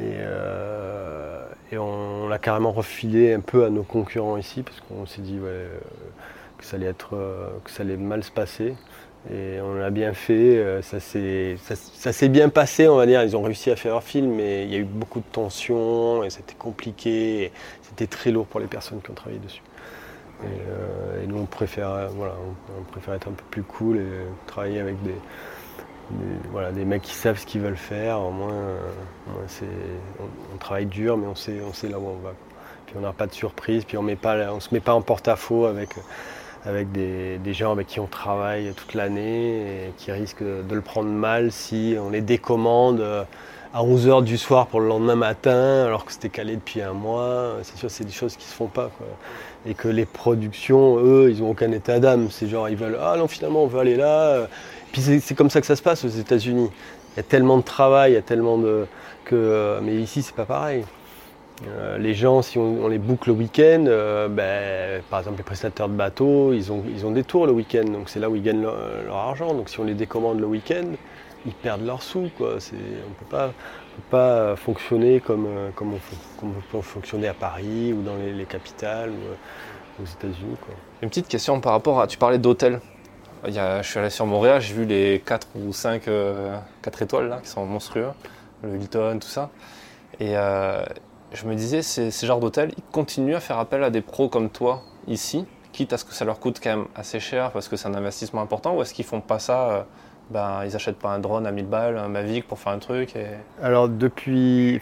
Et on l'a carrément refilé un peu à nos concurrents ici, parce qu'on s'est dit que ça allait mal se passer. Et on l'a bien fait, ça s'est bien passé, on va dire. Ils ont réussi à faire leur film, mais il y a eu beaucoup de tensions et c'était compliqué. Et c'était très lourd pour les personnes qui ont travaillé dessus. Et nous, on préfère être un peu plus cool et travailler avec des mecs qui savent ce qu'ils veulent faire. Au moins, on travaille dur, mais on sait là où on va. Puis on n'a pas de surprise, puis on se met pas en porte-à-faux avec des gens avec qui on travaille toute l'année et qui risquent de le prendre mal si on les décommande à 11h du soir pour le lendemain matin alors que c'était calé depuis un mois. C'est sûr, c'est des choses qui se font pas, quoi. Et que les productions, eux, ils n'ont aucun état d'âme. C'est genre, ils veulent, ah non, finalement, on veut aller là. Puis c'est comme ça que ça se passe aux États-Unis. Il y a tellement de travail, il y a tellement mais ici, c'est pas pareil. Les gens, si on les boucle le week-end, par exemple les prestataires de bateaux, ils ont des tours le week-end, donc c'est là où ils gagnent leur argent. Donc si on les décommande le week-end, ils perdent leurs sous, quoi. On peut pas fonctionner comme on peut fonctionner à Paris ou dans les capitales ou aux États-Unis, quoi. Une petite question par rapport à, tu parlais d'hôtels. Je suis allé sur Montréal, j'ai vu les 4 ou 5 4 étoiles là, qui sont monstrueux, le Hilton, tout ça. Et je me disais, ces genres d'hôtels, ils continuent à faire appel à des pros comme toi ici, quitte à ce que ça leur coûte quand même assez cher parce que c'est un investissement important, ou est-ce qu'ils font pas ça, ils achètent pas un drone à 1000 balles, un Mavic pour faire un truc Alors depuis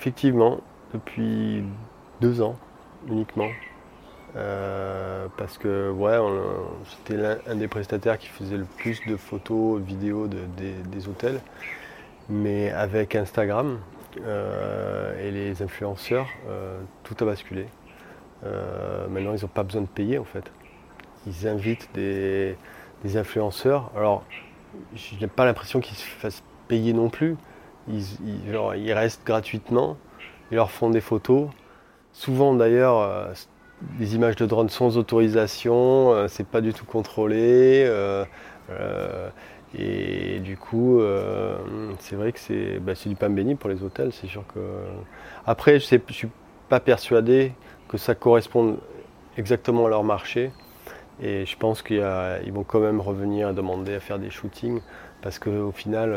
2 ans uniquement, parce que c'était un des prestataires qui faisait le plus de photos, vidéos des hôtels, mais avec Instagram et les influenceurs, tout a basculé. Maintenant, ils n'ont pas besoin de payer en fait. Ils invitent des influenceurs. Alors, je n'ai pas l'impression qu'ils se fassent payer non plus. Ils restent gratuitement, ils leur font des photos. Souvent d'ailleurs, des images de drone sans autorisation, c'est pas du tout contrôlé. Et du coup, c'est vrai que c'est du pain béni pour les hôtels. C'est sûr que. Après, je ne suis pas persuadé que ça corresponde exactement à leur marché. Et je pense qu'ils vont quand même revenir demander à faire des shootings. Parce qu'au final,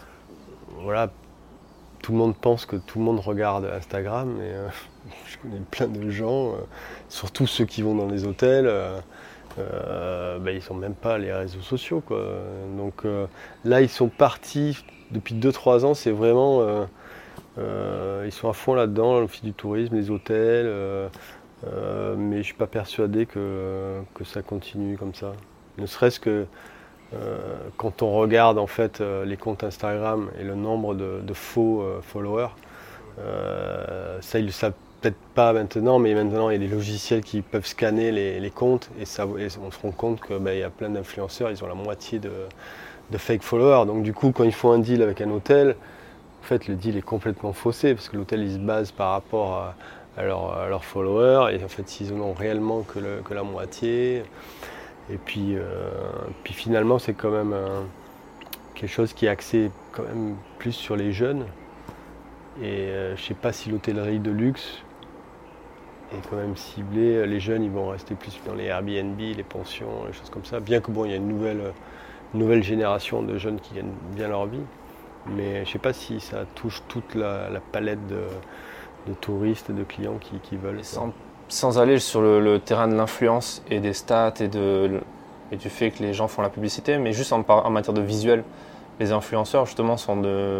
tout le monde pense que tout le monde regarde Instagram. Et je connais plein de gens, surtout ceux qui vont dans les hôtels. Ils sont même pas les réseaux sociaux, quoi. Donc là ils sont partis depuis 2-3 ans, c'est vraiment ils sont à fond là-dedans, l'office du tourisme, les hôtels, mais je suis pas persuadé que ça continue comme ça. Ne serait-ce que quand on regarde en fait les comptes Instagram et le nombre de faux followers, ça ils le savent peut-être pas maintenant, mais maintenant il y a des logiciels qui peuvent scanner les comptes et on se rend compte qu'il y a plein d'influenceurs, ils ont la moitié de fake followers. Donc du coup, quand ils font un deal avec un hôtel, en fait le deal est complètement faussé parce que l'hôtel il se base par rapport à leurs followers et en fait ils n'en ont réellement que la moitié. Et puis finalement c'est quand même quelque chose qui est axé quand même plus sur les jeunes. Et je sais pas si l'hôtellerie de luxe est quand même ciblée. Les jeunes, ils vont rester plus dans les Airbnb, les pensions, les choses comme ça. Bien que il y a une nouvelle génération de jeunes qui gagnent bien leur vie. Mais je sais pas si ça touche toute la palette de touristes, de clients qui veulent. Sans aller sur le terrain de l'influence et des stats et du fait que les gens font la publicité, mais juste en matière de visuel, les influenceurs justement font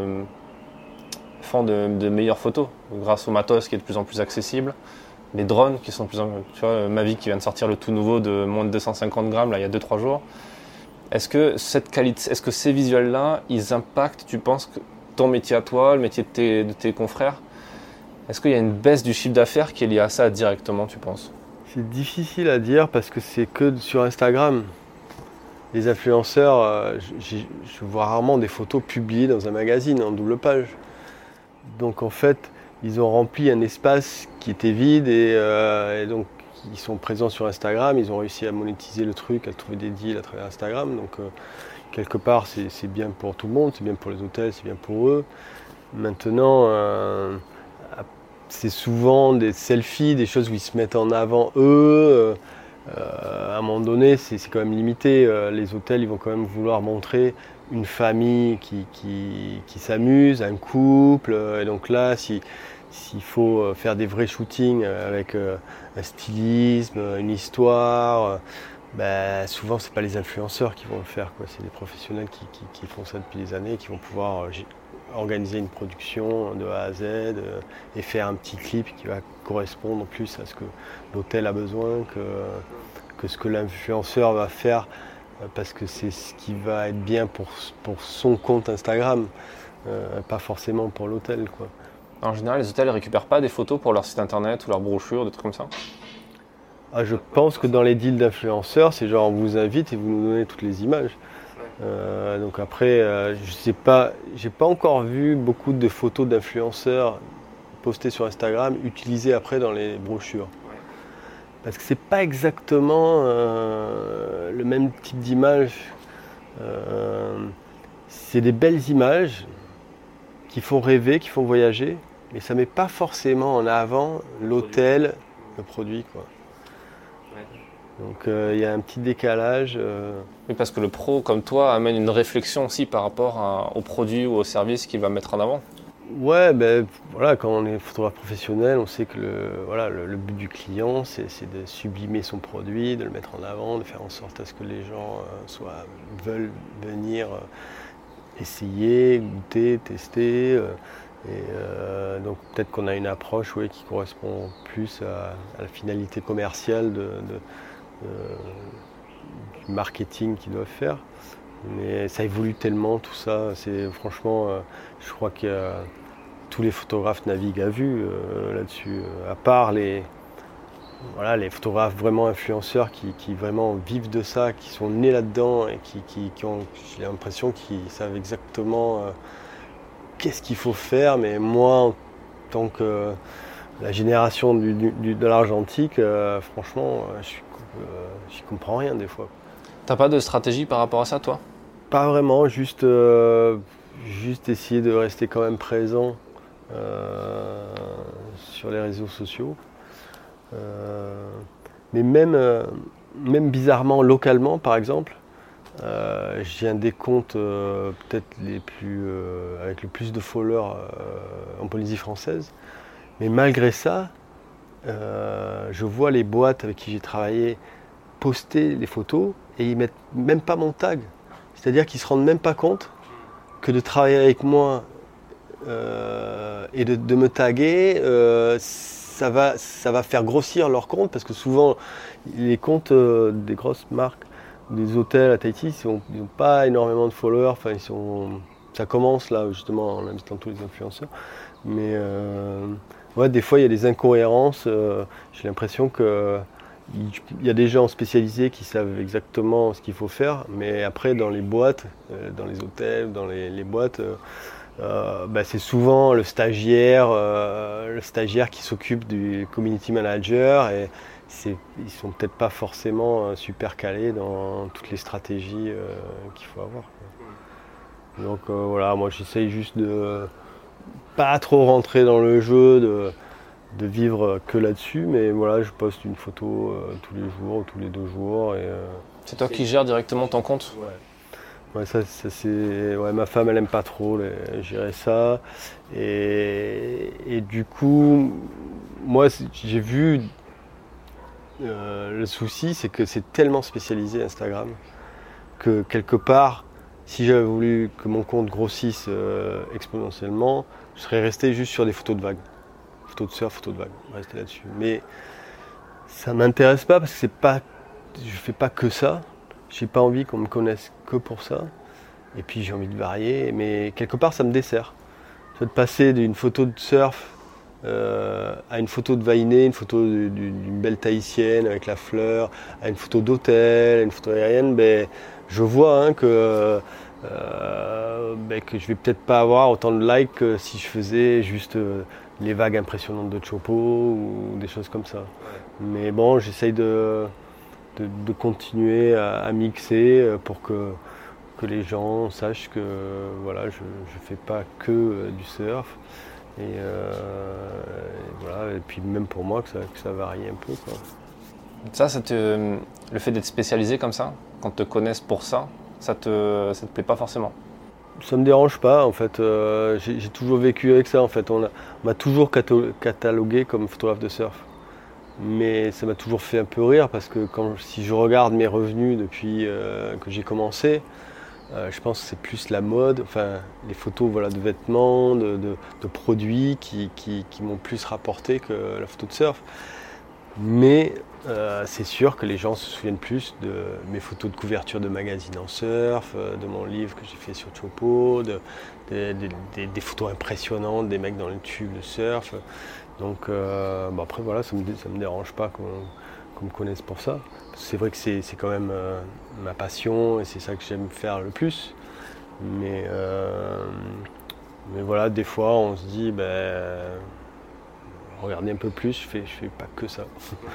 de meilleures photos grâce au matos qui est de plus en plus accessible, les drones qui sont de plus en plus, tu vois, Mavic qui vient de sortir le tout nouveau de moins de 250 grammes là, il y a 2-3 jours. Est-ce que ces visuels-là, ils impactent, tu penses, ton métier à toi, le métier de tes confrères? Est-ce qu'il y a une baisse du chiffre d'affaires qui est liée à ça directement, tu penses? C'est difficile à dire parce que c'est que sur Instagram. Les influenceurs, je vois rarement des photos publiées dans un magazine en double page. Donc en fait, ils ont rempli un espace qui était vide et donc ils sont présents sur Instagram. Ils ont réussi à monétiser le truc, à trouver des deals à travers Instagram. Donc quelque part, c'est bien pour tout le monde, c'est bien pour les hôtels, c'est bien pour eux. Maintenant, c'est souvent des selfies, des choses où ils se mettent en avant eux. À un moment donné, c'est quand même limité. Les hôtels, ils vont quand même vouloir montrer une famille qui s'amuse, un couple. Et donc là, s'il faut faire des vrais shootings avec un stylisme, une histoire, souvent, c'est pas les influenceurs qui vont le faire, quoi. C'est des professionnels qui font ça depuis des années, qui vont pouvoir organiser une production de A à Z et faire un petit clip qui va correspondre plus à ce que l'hôtel a besoin que ce que l'influenceur va faire parce que c'est ce qui va être bien pour son compte Instagram, pas forcément pour l'hôtel, quoi. En général, les hôtels ne récupèrent pas des photos pour leur site internet ou leur brochure, des trucs comme ça? Je pense que dans les deals d'influenceurs, c'est genre on vous invite et vous nous donnez toutes les images. Donc après, je sais pas, j'ai pas encore vu beaucoup de photos d'influenceurs postées sur Instagram utilisées après dans les brochures. Parce que c'est pas exactement le même type d'image. C'est des belles images qui font rêver, qui font voyager, mais ça met pas forcément en avant l'hôtel, le produit, quoi. Donc il y a un petit décalage. Oui, parce que le pro, comme toi, amène une réflexion aussi par rapport au produit ou au service qu'il va mettre en avant. Ouais, voilà, quand on est photographe professionnel, on sait que le but du client, c'est de sublimer son produit, de le mettre en avant, de faire en sorte à ce que les gens veulent venir essayer, goûter, tester. Donc peut-être qu'on a une approche qui correspond plus à la finalité commerciale du marketing qu'ils doivent faire. Mais ça évolue tellement tout ça. Franchement, je crois que tous les photographes naviguent à vue là-dessus. À part les photographes vraiment influenceurs qui vraiment vivent de ça, qui sont nés là-dedans et qui ont, j'ai l'impression qu'ils savent exactement qu'est-ce qu'il faut faire. Mais moi, en tant que la génération de l'argentique, franchement, j'y comprends rien des fois. T'as pas de stratégie par rapport à ça, toi? Pas vraiment, juste essayer de rester quand même présent sur les réseaux sociaux. Mais même bizarrement, localement par exemple, j'ai un des comptes peut-être avec le plus de followers en Polynésie française. Mais malgré ça, je vois les boîtes avec qui j'ai travaillé poster les photos et ils mettent même pas mon tag. C'est-à-dire qu'ils ne se rendent même pas compte que de travailler avec moi et de me taguer, ça va faire grossir leur compte parce que souvent les comptes des grosses marques, des hôtels à Tahiti, ils n'ont pas énormément de followers. Enfin, ça commence là justement en invitant tous les influenceurs. Mais des fois il y a des incohérences. J'ai l'impression que il y a des gens spécialisés qui savent exactement ce qu'il faut faire, mais après dans les boîtes, dans les hôtels, dans les boîtes, c'est souvent le stagiaire qui s'occupe du community manager et ils sont peut-être pas forcément super calés dans toutes les stratégies qu'il faut avoir, quoi. Donc moi j'essaye juste de pas trop rentrer dans le jeu, de vivre que là-dessus, mais voilà, je poste une photo tous les jours ou tous les 2 jours. C'est toi qui gères directement ton compte? Ouais, ça c'est. Ouais, ma femme elle aime pas trop gérer ça. Et du coup, moi j'ai vu le souci, c'est que c'est tellement spécialisé Instagram que quelque part, si j'avais voulu que mon compte grossisse exponentiellement, je serais resté juste sur des photos de vagues. Photos de surf, photos de vagues, rester là-dessus. Mais ça m'intéresse pas parce que je fais pas que ça. J'ai pas envie qu'on me connaisse que pour ça. Et puis j'ai envie de varier, mais quelque part ça me dessert. De passer d'une photo de surf à une photo de vainé, une photo d'une belle tahitienne avec la fleur, à une photo d'hôtel, à une photo aérienne, je vois que je vais peut-être pas avoir autant de likes que si je faisais juste les vagues impressionnantes de Chopo ou des choses comme ça. Mais bon, j'essaye de continuer à mixer pour que que les gens sachent que voilà, je ne fais pas que du surf. Et voilà, et puis même pour moi que ça varie un peu, quoi. Le fait d'être spécialisé comme ça, quand te connaissent pour ça, ça te plaît pas forcément? Ça me dérange pas en fait, j'ai toujours vécu avec ça en fait. On m'a toujours catalogué comme photographe de surf. Mais ça m'a toujours fait un peu rire parce que si je regarde mes revenus depuis que j'ai commencé, je pense que c'est plus la mode, enfin les photos voilà, de vêtements, de produits qui m'ont plus rapporté que la photo de surf. Mais c'est sûr que les gens se souviennent plus de mes photos de couverture de magazines en surf, de mon livre que j'ai fait sur Chopo, des photos impressionnantes des mecs dans le tube de surf. Donc après voilà, ça me dérange pas qu'on me connaisse pour ça. Parce que c'est vrai que c'est quand même ma passion et c'est ça que j'aime faire le plus. Mais voilà, des fois on se dit regardez un peu plus, je fais pas que ça.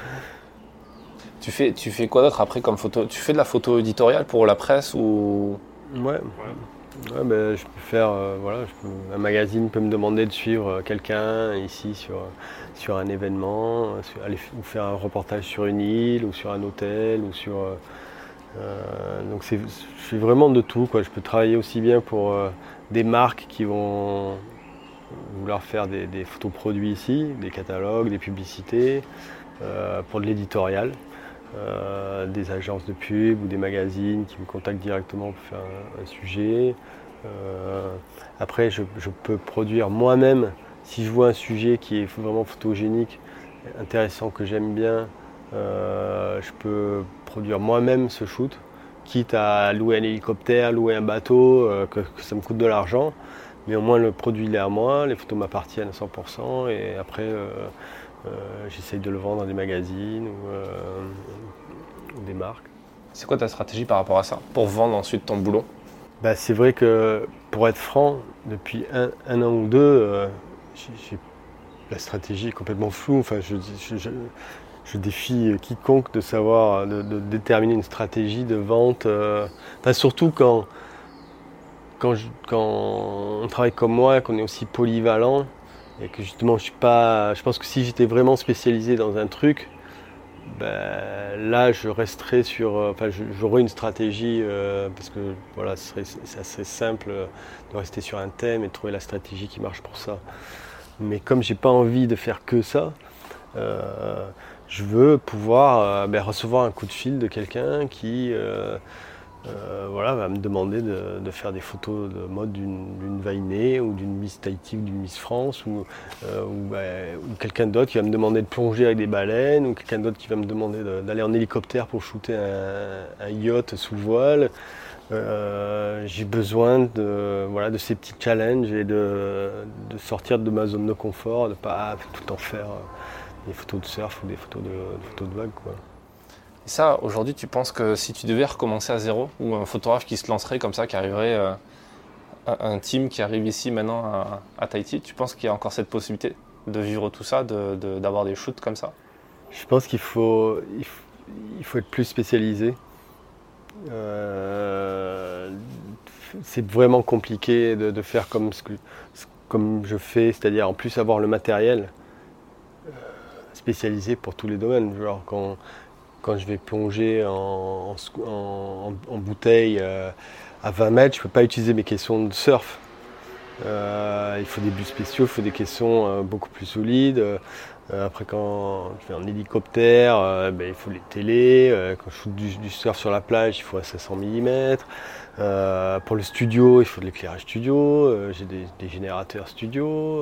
Tu fais quoi d'autre après comme photo? Tu fais de la photo éditoriale pour la presse ou? Ouais, je peux faire, un magazine peut me demander de suivre quelqu'un ici sur un événement, ou faire un reportage sur une île ou sur un hôtel ou sur. Donc je fais vraiment de tout, quoi. Je peux travailler aussi bien pour des marques qui vont vouloir faire des photos produits ici, des catalogues, des publicités, pour de l'éditorial. Des agences de pub ou des magazines qui me contactent directement pour faire un sujet. Après, je peux produire moi-même, si je vois un sujet qui est vraiment photogénique, intéressant, que j'aime bien, je peux produire moi-même ce shoot, quitte à louer un hélicoptère, louer un bateau, que ça me coûte de l'argent. Mais au moins le produit il est à moi, les photos m'appartiennent à 100% et après j'essaye de le vendre dans des magazines ou des marques. C'est quoi ta stratégie par rapport à ça, pour vendre ensuite ton boulot? C'est vrai que pour être franc, depuis un an ou deux, la stratégie est complètement floue. Enfin, je défie quiconque de savoir, de déterminer une stratégie de vente. Surtout quand on travaille comme moi, qu'on est aussi polyvalent et que justement je pense que si j'étais vraiment spécialisé dans un truc, là je resterais j'aurais une stratégie parce que voilà, c'est assez simple de rester sur un thème et de trouver la stratégie qui marche pour ça. Mais comme j'ai pas envie de faire que ça, je veux pouvoir recevoir un coup de fil de quelqu'un qui va me demander de faire des photos de mode d'une Vainée ou d'une Miss Tahiti ou d'une Miss France ou quelqu'un d'autre qui va me demander de plonger avec des baleines ou quelqu'un d'autre qui va me demander d'aller en hélicoptère pour shooter un yacht sous voile. J'ai besoin de ces petits challenges et de sortir de ma zone de confort, de ne pas tout le temps faire des photos de surf ou des photos de vagues, quoi. Et ça, aujourd'hui, tu penses que si tu devais recommencer à zéro, ou un photographe qui se lancerait comme ça, qui arriverait, un team qui arrive ici maintenant à Tahiti, tu penses qu'il y a encore cette possibilité de vivre tout ça, d'avoir des shoots comme ça? Je pense qu'il faut être plus spécialisé. C'est vraiment compliqué de faire comme je fais, c'est-à-dire en plus avoir le matériel spécialisé pour tous les domaines. Genre quand je vais plonger en bouteille à 20 mètres, je ne peux pas utiliser mes caissons de surf. Il faut des buts spéciaux, il faut des caissons beaucoup plus solides. Après, quand je vais en hélicoptère, il faut les télés. Quand je shoot du surf sur la plage, il faut un 500 mm. Pour le studio, il faut de l'éclairage studio. J'ai des générateurs studio.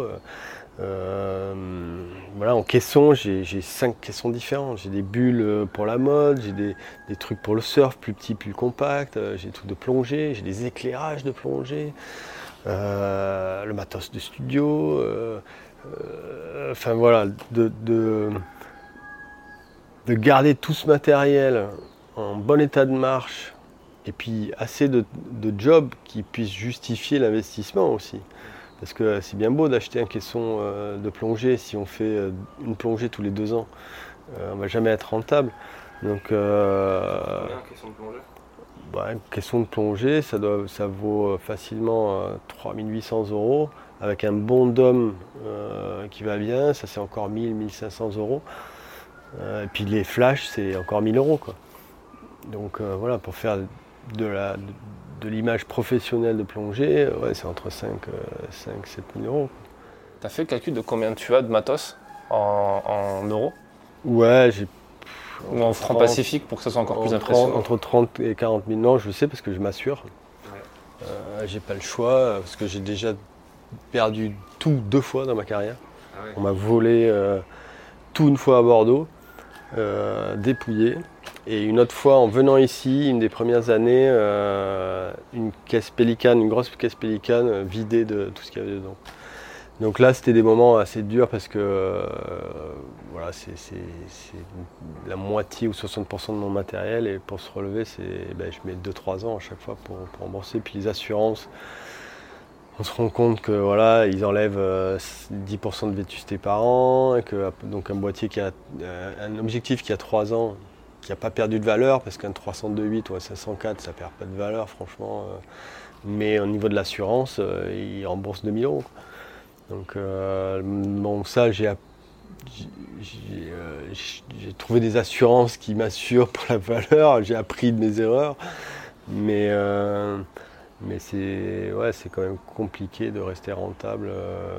En caisson, j'ai 5 caissons différents. J'ai des bulles pour la mode, j'ai des trucs pour le surf, plus petits, plus compacts. J'ai des trucs de plongée, j'ai des éclairages de plongée. Le matos de studio. De garder tout ce matériel en bon état de marche et puis assez de jobs qui puissent justifier l'investissement aussi. Parce que c'est bien beau d'acheter un caisson de plongée si on fait une plongée tous les 2 ans. On ne va jamais être rentable. Donc, Combien un caisson de plongée? Une caisson de plongée, ça vaut facilement 3800 € avec un bon dôme qui va bien, ça c'est encore 1000-1500 €. Et puis les flashs, c'est encore 1000 € quoi. Donc voilà, pour faire de l'image professionnelle de plongée, c'est entre 5 7 000 €. Tu as fait le calcul de combien tu as de matos en euros? Ouais, j'ai. Ou en francs Pacifique pour que ça soit encore plus impressionnant? Entre 30 et 40 000, non, je le sais parce que je m'assure. Ouais. J'ai pas le choix parce que j'ai déjà perdu tout 2 fois dans ma carrière. Ah ouais. On m'a volé tout une fois à Bordeaux, dépouillé. Et une autre fois, en venant ici, une des premières années, une caisse Pélicane, une grosse caisse Pélicane vidée de tout ce qu'il y avait dedans. Donc là, c'était des moments assez durs parce que c'est la moitié ou 60% de mon matériel et pour se relever, je mets 2-3 ans à chaque fois pour rembourser. Puis les assurances, on se rend compte que ils enlèvent 10% de vétusté par an, et que donc un boîtier qui a un objectif qui a 3 ans, qui n'a pas perdu de valeur, parce qu'un 302.8 ou un 504, ça ne perd pas de valeur franchement. Mais au niveau de l'assurance, il rembourse 2 000 €. Donc ça, j'ai trouvé des assurances qui m'assurent pour la valeur, j'ai appris de mes erreurs, mais c'est quand même compliqué de rester rentable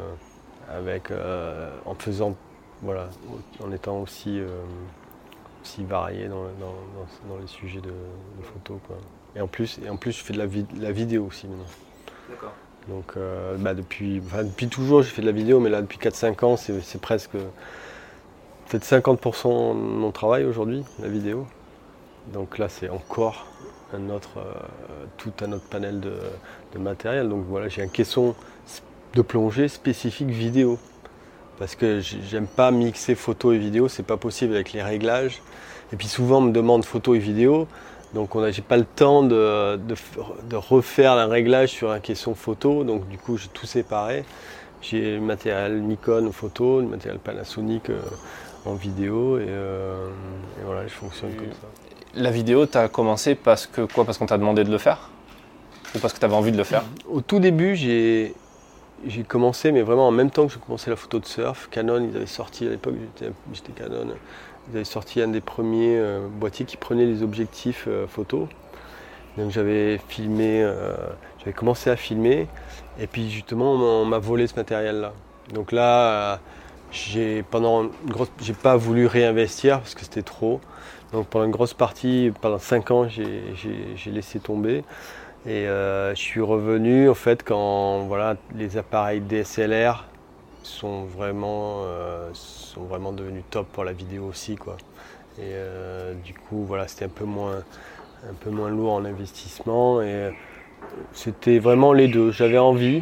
en étant aussi varié dans les sujets de photos quoi. Et en plus je fais de la vidéo aussi maintenant. D'accord. Donc depuis toujours j'ai fait de la vidéo, mais là depuis 4-5 ans c'est presque peut-être 50% de mon travail aujourd'hui, la vidéo. Donc là c'est encore tout un autre panel de matériel. Donc voilà, j'ai un caisson de plongée spécifique vidéo. Parce que j'aime pas mixer photo et vidéo, c'est pas possible avec les réglages. Et puis souvent on me demande photo et vidéo. Donc j'ai pas le temps de refaire un réglage sur un caisson photo, donc du coup j'ai tout séparé. J'ai le matériel Nikon photo, le matériel Panasonic en vidéo, et voilà, je fonctionne comme ça. La vidéo, tu as commencé parce qu'on t'a demandé de le faire? Ou parce que tu avais envie de le faire? Au tout début, j'ai commencé, mais vraiment en même temps que je commençais la photo de surf. Canon, ils avaient sorti, à l'époque j'étais Canon, ils avaient sorti un des premiers boîtiers qui prenait les objectifs photo. Donc j'avais commencé à filmer, et puis justement on m'a volé ce matériel-là. Donc là, j'ai pas voulu réinvestir parce que c'était trop. Donc pendant une grosse partie, pendant 5 ans, j'ai laissé tomber. Et je suis revenu en fait quand les appareils DSLR sont vraiment devenus top pour la vidéo aussi quoi. Et du coup c'était un peu moins lourd en investissement, et c'était vraiment les deux. J'avais envie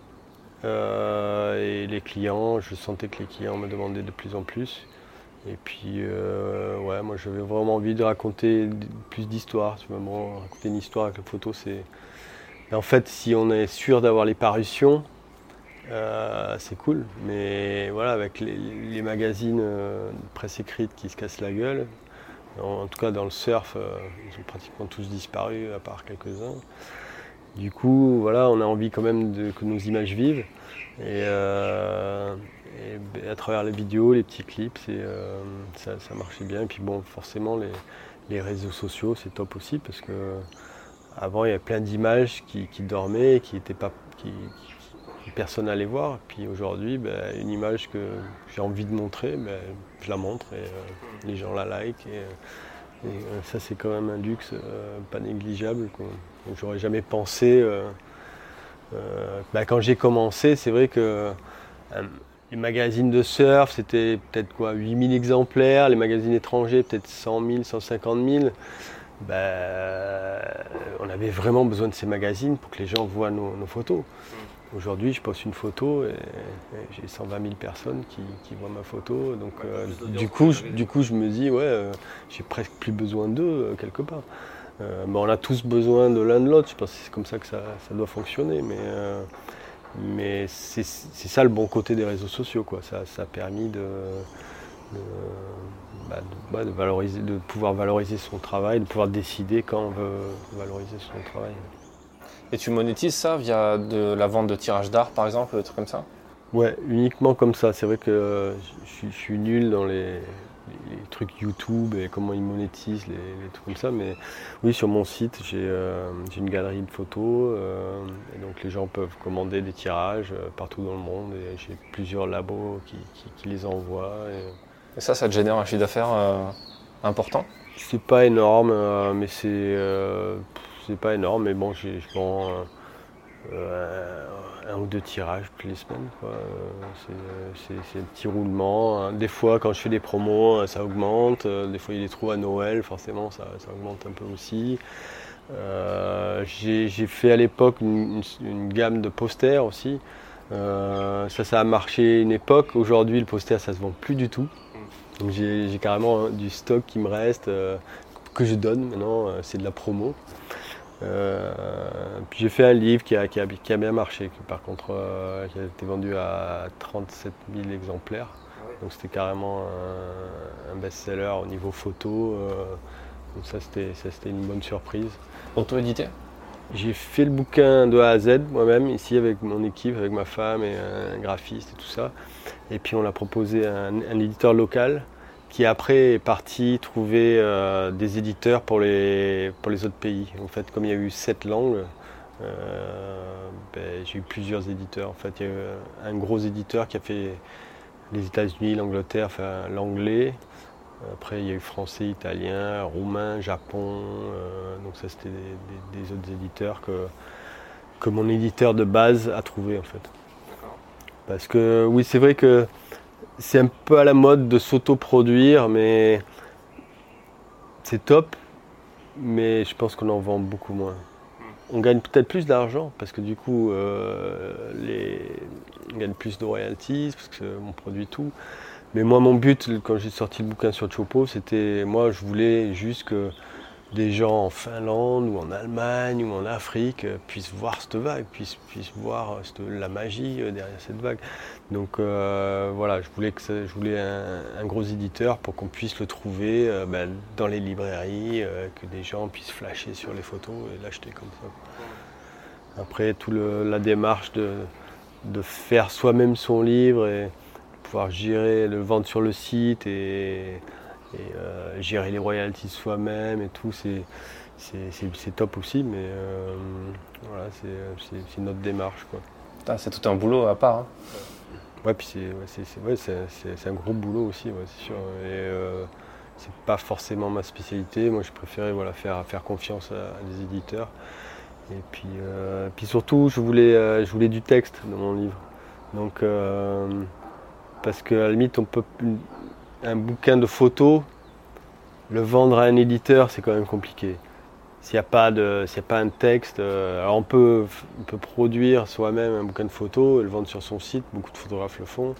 et je sentais que les clients me demandaient de plus en plus. Et puis moi j'avais vraiment envie de raconter plus d'histoires. Raconter une histoire avec la photo, en fait, si on est sûr d'avoir les parutions, c'est cool. Mais voilà, avec les magazines de presse écrite qui se cassent la gueule, en tout cas dans le surf, ils ont pratiquement tous disparu à part quelques-uns. Du coup, on a envie quand même que nos images vivent. Et à travers les vidéos, les petits clips, ça marchait bien. Et puis bon, forcément, les réseaux sociaux, c'est top aussi, parce que avant, il y avait plein d'images qui dormaient et que personne n'allait voir. Puis aujourd'hui, une image que j'ai envie de montrer, je la montre et les gens la like. Et ça, c'est quand même un luxe pas négligeable. J'aurais jamais pensé. Quand j'ai commencé, c'est vrai que les magazines de surf, c'était peut-être 8000 exemplaires. Les magazines étrangers, peut-être 100 000, 150 000. On avait vraiment besoin de ces magazines pour que les gens voient nos photos. Aujourd'hui, je poste une photo et j'ai 120 000 personnes qui voient ma photo. Donc, du coup, je me dis, j'ai presque plus besoin d'eux quelque part. On a tous besoin de l'un de l'autre. Je pense que c'est comme ça que ça doit fonctionner. Mais c'est ça le bon côté des réseaux sociaux, quoi. Ça a permis de pouvoir valoriser son travail, de pouvoir décider quand on veut valoriser son travail. Et tu monétises ça via de la vente de tirages d'art, par exemple, des trucs comme ça? Ouais, uniquement comme ça. C'est vrai que je suis nul dans les trucs YouTube et comment ils monétisent les trucs comme ça. Mais oui, sur mon site, j'ai une galerie de photos. Et donc les gens peuvent commander des tirages partout dans le monde. Et j'ai plusieurs labos qui les envoient. Et ça te génère un chiffre d'affaires important? C'est pas énorme, mais c'est pas énorme. Mais bon, je vends un ou deux tirages toutes les semaines, quoi. C'est un petit roulement. Des fois, quand je fais des promos, ça augmente. Des fois, il y a des trous à Noël, forcément, ça augmente un peu aussi. J'ai fait à l'époque une gamme de posters aussi. Ça a marché une époque. Aujourd'hui, le poster, ça se vend plus du tout. Donc j'ai carrément du stock qui me reste, que je donne maintenant. C'est de la promo. Puis j'ai fait un livre qui a bien marché, par contre qui a été vendu à 37 000 exemplaires. Donc c'était carrément un best-seller au niveau photo. Donc ça c'était une bonne surprise. Auto-édité? J'ai fait le bouquin de A à Z moi-même, ici avec mon équipe, avec ma femme et un graphiste et tout ça. Et puis on l'a proposé à un éditeur local qui après est parti trouver des éditeurs pour les autres pays. En fait, comme il y a eu 7 langues, j'ai eu plusieurs éditeurs. En fait, il y a eu un gros éditeur qui a fait les États-Unis, l'Angleterre, enfin l'anglais. Après, il y a eu français, italien, roumain, Japon. Donc ça, c'était des autres éditeurs que mon éditeur de base a trouvé en fait. Parce que oui, c'est vrai que c'est un peu à la mode de s'auto-produire, mais c'est top, mais je pense qu'on en vend beaucoup moins. On gagne peut-être plus d'argent, parce que du coup, on gagne plus de royalties, parce qu'on produit tout. Mais moi, mon but, quand j'ai sorti le bouquin sur Chopo, c'était, moi, je voulais juste que des gens en Finlande ou en Allemagne ou en Afrique puissent voir cette vague, puissent voir la magie derrière cette vague. Donc voilà, je voulais un gros éditeur pour qu'on puisse le trouver dans les librairies, que des gens puissent flasher sur les photos et l'acheter comme ça. Après, la démarche de faire soi-même son livre et pouvoir gérer, le vendre sur le site et gérer les royalties soi-même et tout, c'est top aussi, mais voilà, c'est notre démarche, quoi. Putain, c'est tout un boulot à part. Hein. Ouais, puis c'est un gros boulot aussi, ouais, c'est sûr. Et c'est pas forcément ma spécialité. Moi, je préférais faire confiance à des éditeurs. Et puis surtout, je voulais du texte dans mon livre. Donc, parce qu'à la limite, un bouquin de photos, le vendre à un éditeur, c'est quand même compliqué. S'il n'y a pas un texte, alors on peut produire soi-même un bouquin de photos et le vendre sur son site, beaucoup de photographes le font.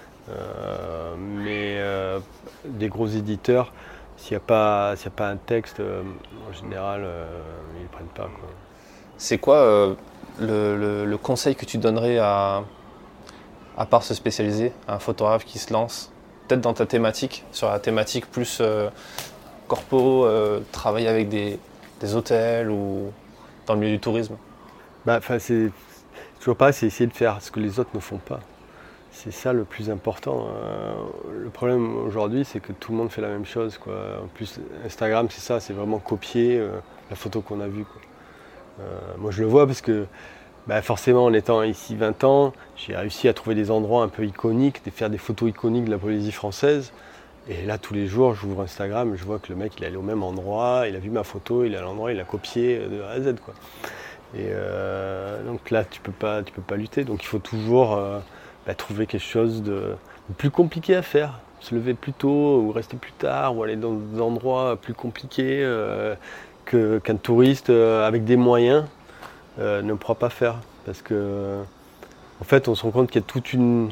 Mais des gros éditeurs, s'il n'y a pas un texte, en général, ils ne prennent pas, quoi. C'est quoi le conseil que tu donnerais à part se spécialiser, à un photographe qui se lance, peut-être dans ta thématique, sur la thématique plus corpo, travailler avec des hôtels ou dans le milieu du tourisme? C'est toujours pareil, c'est essayer de faire ce que les autres ne font pas. C'est ça le plus important. Le problème aujourd'hui, c'est que tout le monde fait la même chose, quoi. En plus, Instagram, c'est ça, c'est vraiment copier la photo qu'on a vue, quoi. Moi, je le vois parce que forcément, en étant ici 20 ans, j'ai réussi à trouver des endroits un peu iconiques, de faire des photos iconiques de la Polynésie française. Et là, tous les jours, j'ouvre Instagram, je vois que le mec, il est allé au même endroit, il a vu ma photo, il est à l'endroit, il a copié de A à Z, quoi. Et donc là, tu peux pas lutter. Donc il faut toujours trouver quelque chose de plus compliqué à faire. Se lever plus tôt ou rester plus tard ou aller dans des endroits plus compliqués qu'un touriste avec des moyens ne pourra pas faire. Parce que en fait, on se rend compte qu'il y a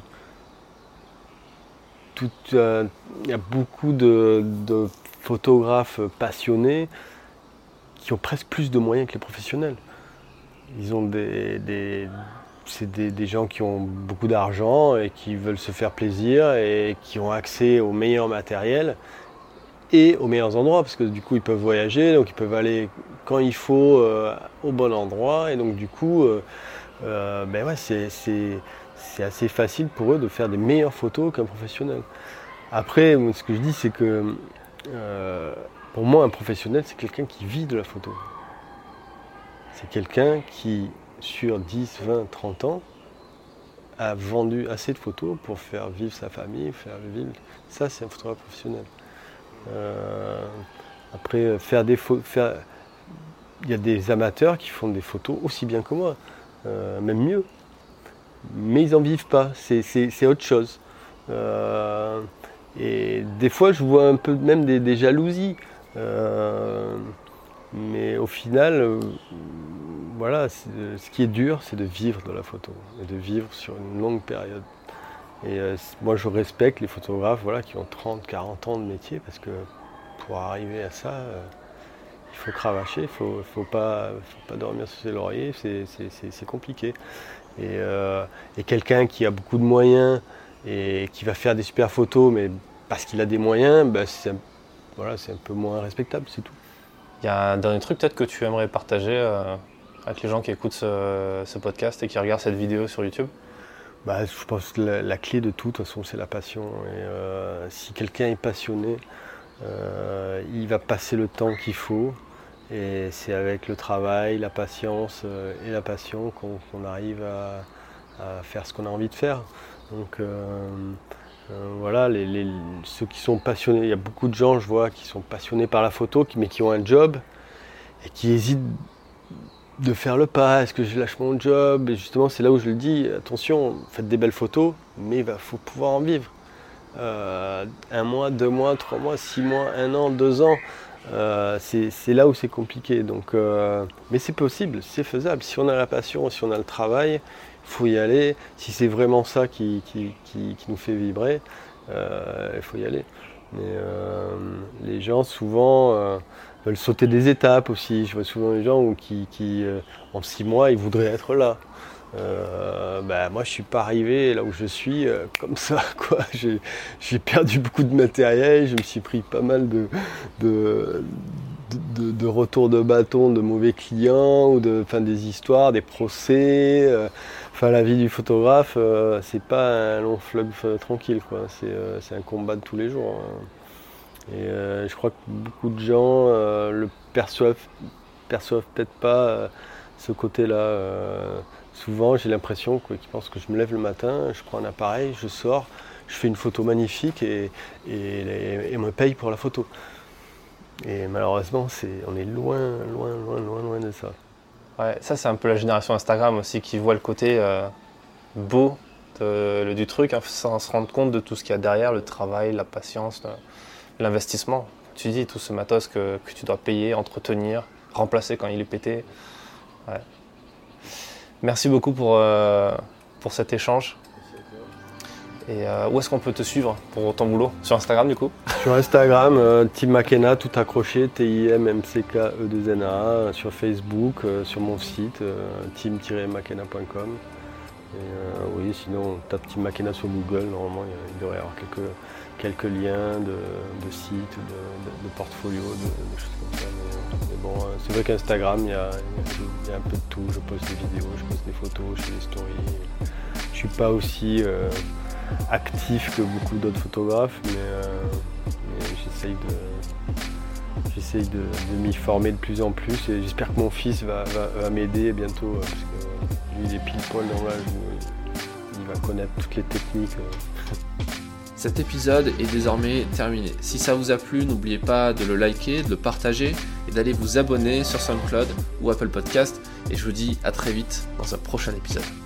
il y a beaucoup de photographes passionnés qui ont presque plus de moyens que les professionnels. Ils ont des c'est des gens qui ont beaucoup d'argent et qui veulent se faire plaisir et qui ont accès au meilleur matériel et aux meilleurs endroits, parce que du coup ils peuvent voyager, donc ils peuvent aller quand il faut au bon endroit, et donc du coup c'est assez facile pour eux de faire des meilleures photos qu'un professionnel. Après, ce que je dis, c'est que pour moi un professionnel, c'est quelqu'un qui vit de la photo. C'est quelqu'un qui, sur 10, 20, 30 ans, a vendu assez de photos pour faire vivre sa famille, faire vivre. Ça, c'est un photographe professionnel. Après, il y a des amateurs qui font des photos aussi bien que moi, même mieux. Mais ils n'en vivent pas, c'est autre chose. Et des fois, je vois un peu même des jalousies. Mais au final, voilà, ce qui est dur, c'est de vivre de la photo, et de vivre sur une longue période. Et moi, je respecte les photographes, voilà, qui ont 30, 40 ans de métier, parce que pour arriver à ça, il faut cravacher, il faut pas dormir sur ses lauriers, c'est compliqué. Et quelqu'un qui a beaucoup de moyens et qui va faire des super photos, mais parce qu'il a des moyens, c'est un peu moins respectable, c'est tout. Il y a un dernier truc peut-être que tu aimerais partager avec les gens qui écoutent ce podcast et qui regardent cette vidéo sur YouTube? Je pense que la clé de tout, de toute façon, c'est la passion. Et si quelqu'un est passionné, il va passer le temps qu'il faut. Et c'est avec le travail, la patience et la passion qu'on arrive à faire ce qu'on a envie de faire. Donc voilà, ceux qui sont passionnés, il y a beaucoup de gens, je vois, qui sont passionnés par la photo, mais qui ont un job et qui hésitent de faire le pas. Est-ce que je lâche mon job? Et justement, c'est là où je le dis, attention, faites des belles photos, mais il faut pouvoir en vivre. 1 mois, 2 mois, 3 mois, 6 mois, 1 an, 2 ans. C'est là où c'est compliqué. Donc, mais c'est possible, c'est faisable. Si on a la passion, si on a le travail, il faut y aller. Si c'est vraiment ça qui nous fait vibrer, il faut y aller. Mais les gens souvent veulent sauter des étapes aussi. Je vois souvent les gens qui en 6 mois, ils voudraient être là. Moi je suis pas arrivé là où je suis comme ça, quoi. J'ai perdu beaucoup de matériel, je me suis pris pas mal de retours de bâton de mauvais clients ou des histoires, des procès. La vie du photographe, c'est pas un long fleuve tranquille, quoi. C'est un combat de tous les jours. Et je crois que beaucoup de gens le perçoivent peut-être pas ce côté-là. Souvent, j'ai l'impression qu'ils pensent que je me lève le matin, je prends un appareil, je sors, je fais une photo magnifique et me paye pour la photo. Et malheureusement, on est loin de ça. Ouais, ça c'est un peu la génération Instagram aussi qui voit le côté beau du truc, hein, sans se rendre compte de tout ce qu'il y a derrière, le travail, la patience, l'investissement. Tu dis tout ce matos que tu dois payer, entretenir, remplacer quand il est pété. Ouais. Merci beaucoup pour cet échange. Et où est-ce qu'on peut te suivre pour ton boulot? Sur Instagram du coup? Sur Instagram, Tim Makena, tout accroché, TIMMCKE2NA, sur Facebook, sur mon site, tim-makena.com. Et oui, sinon, on tape Tim Makena sur Google, normalement il devrait y avoir quelques liens de sites, de portfolios, de choses comme ça. Mais bon, c'est vrai qu'Instagram, il y a un peu de tout. Je poste des vidéos, je poste des photos, je fais des stories. Je suis pas aussi actif que beaucoup d'autres photographes, mais j'essaye de m'y former de plus en plus, et j'espère que mon fils va m'aider bientôt, parce que lui il est pile poil dans l'âge où il va connaître toutes les techniques. Cet épisode est désormais terminé. Si ça vous a plu, n'oubliez pas de le liker, de le partager et d'aller vous abonner sur SoundCloud ou Apple Podcast. Et je vous dis à très vite dans un prochain épisode.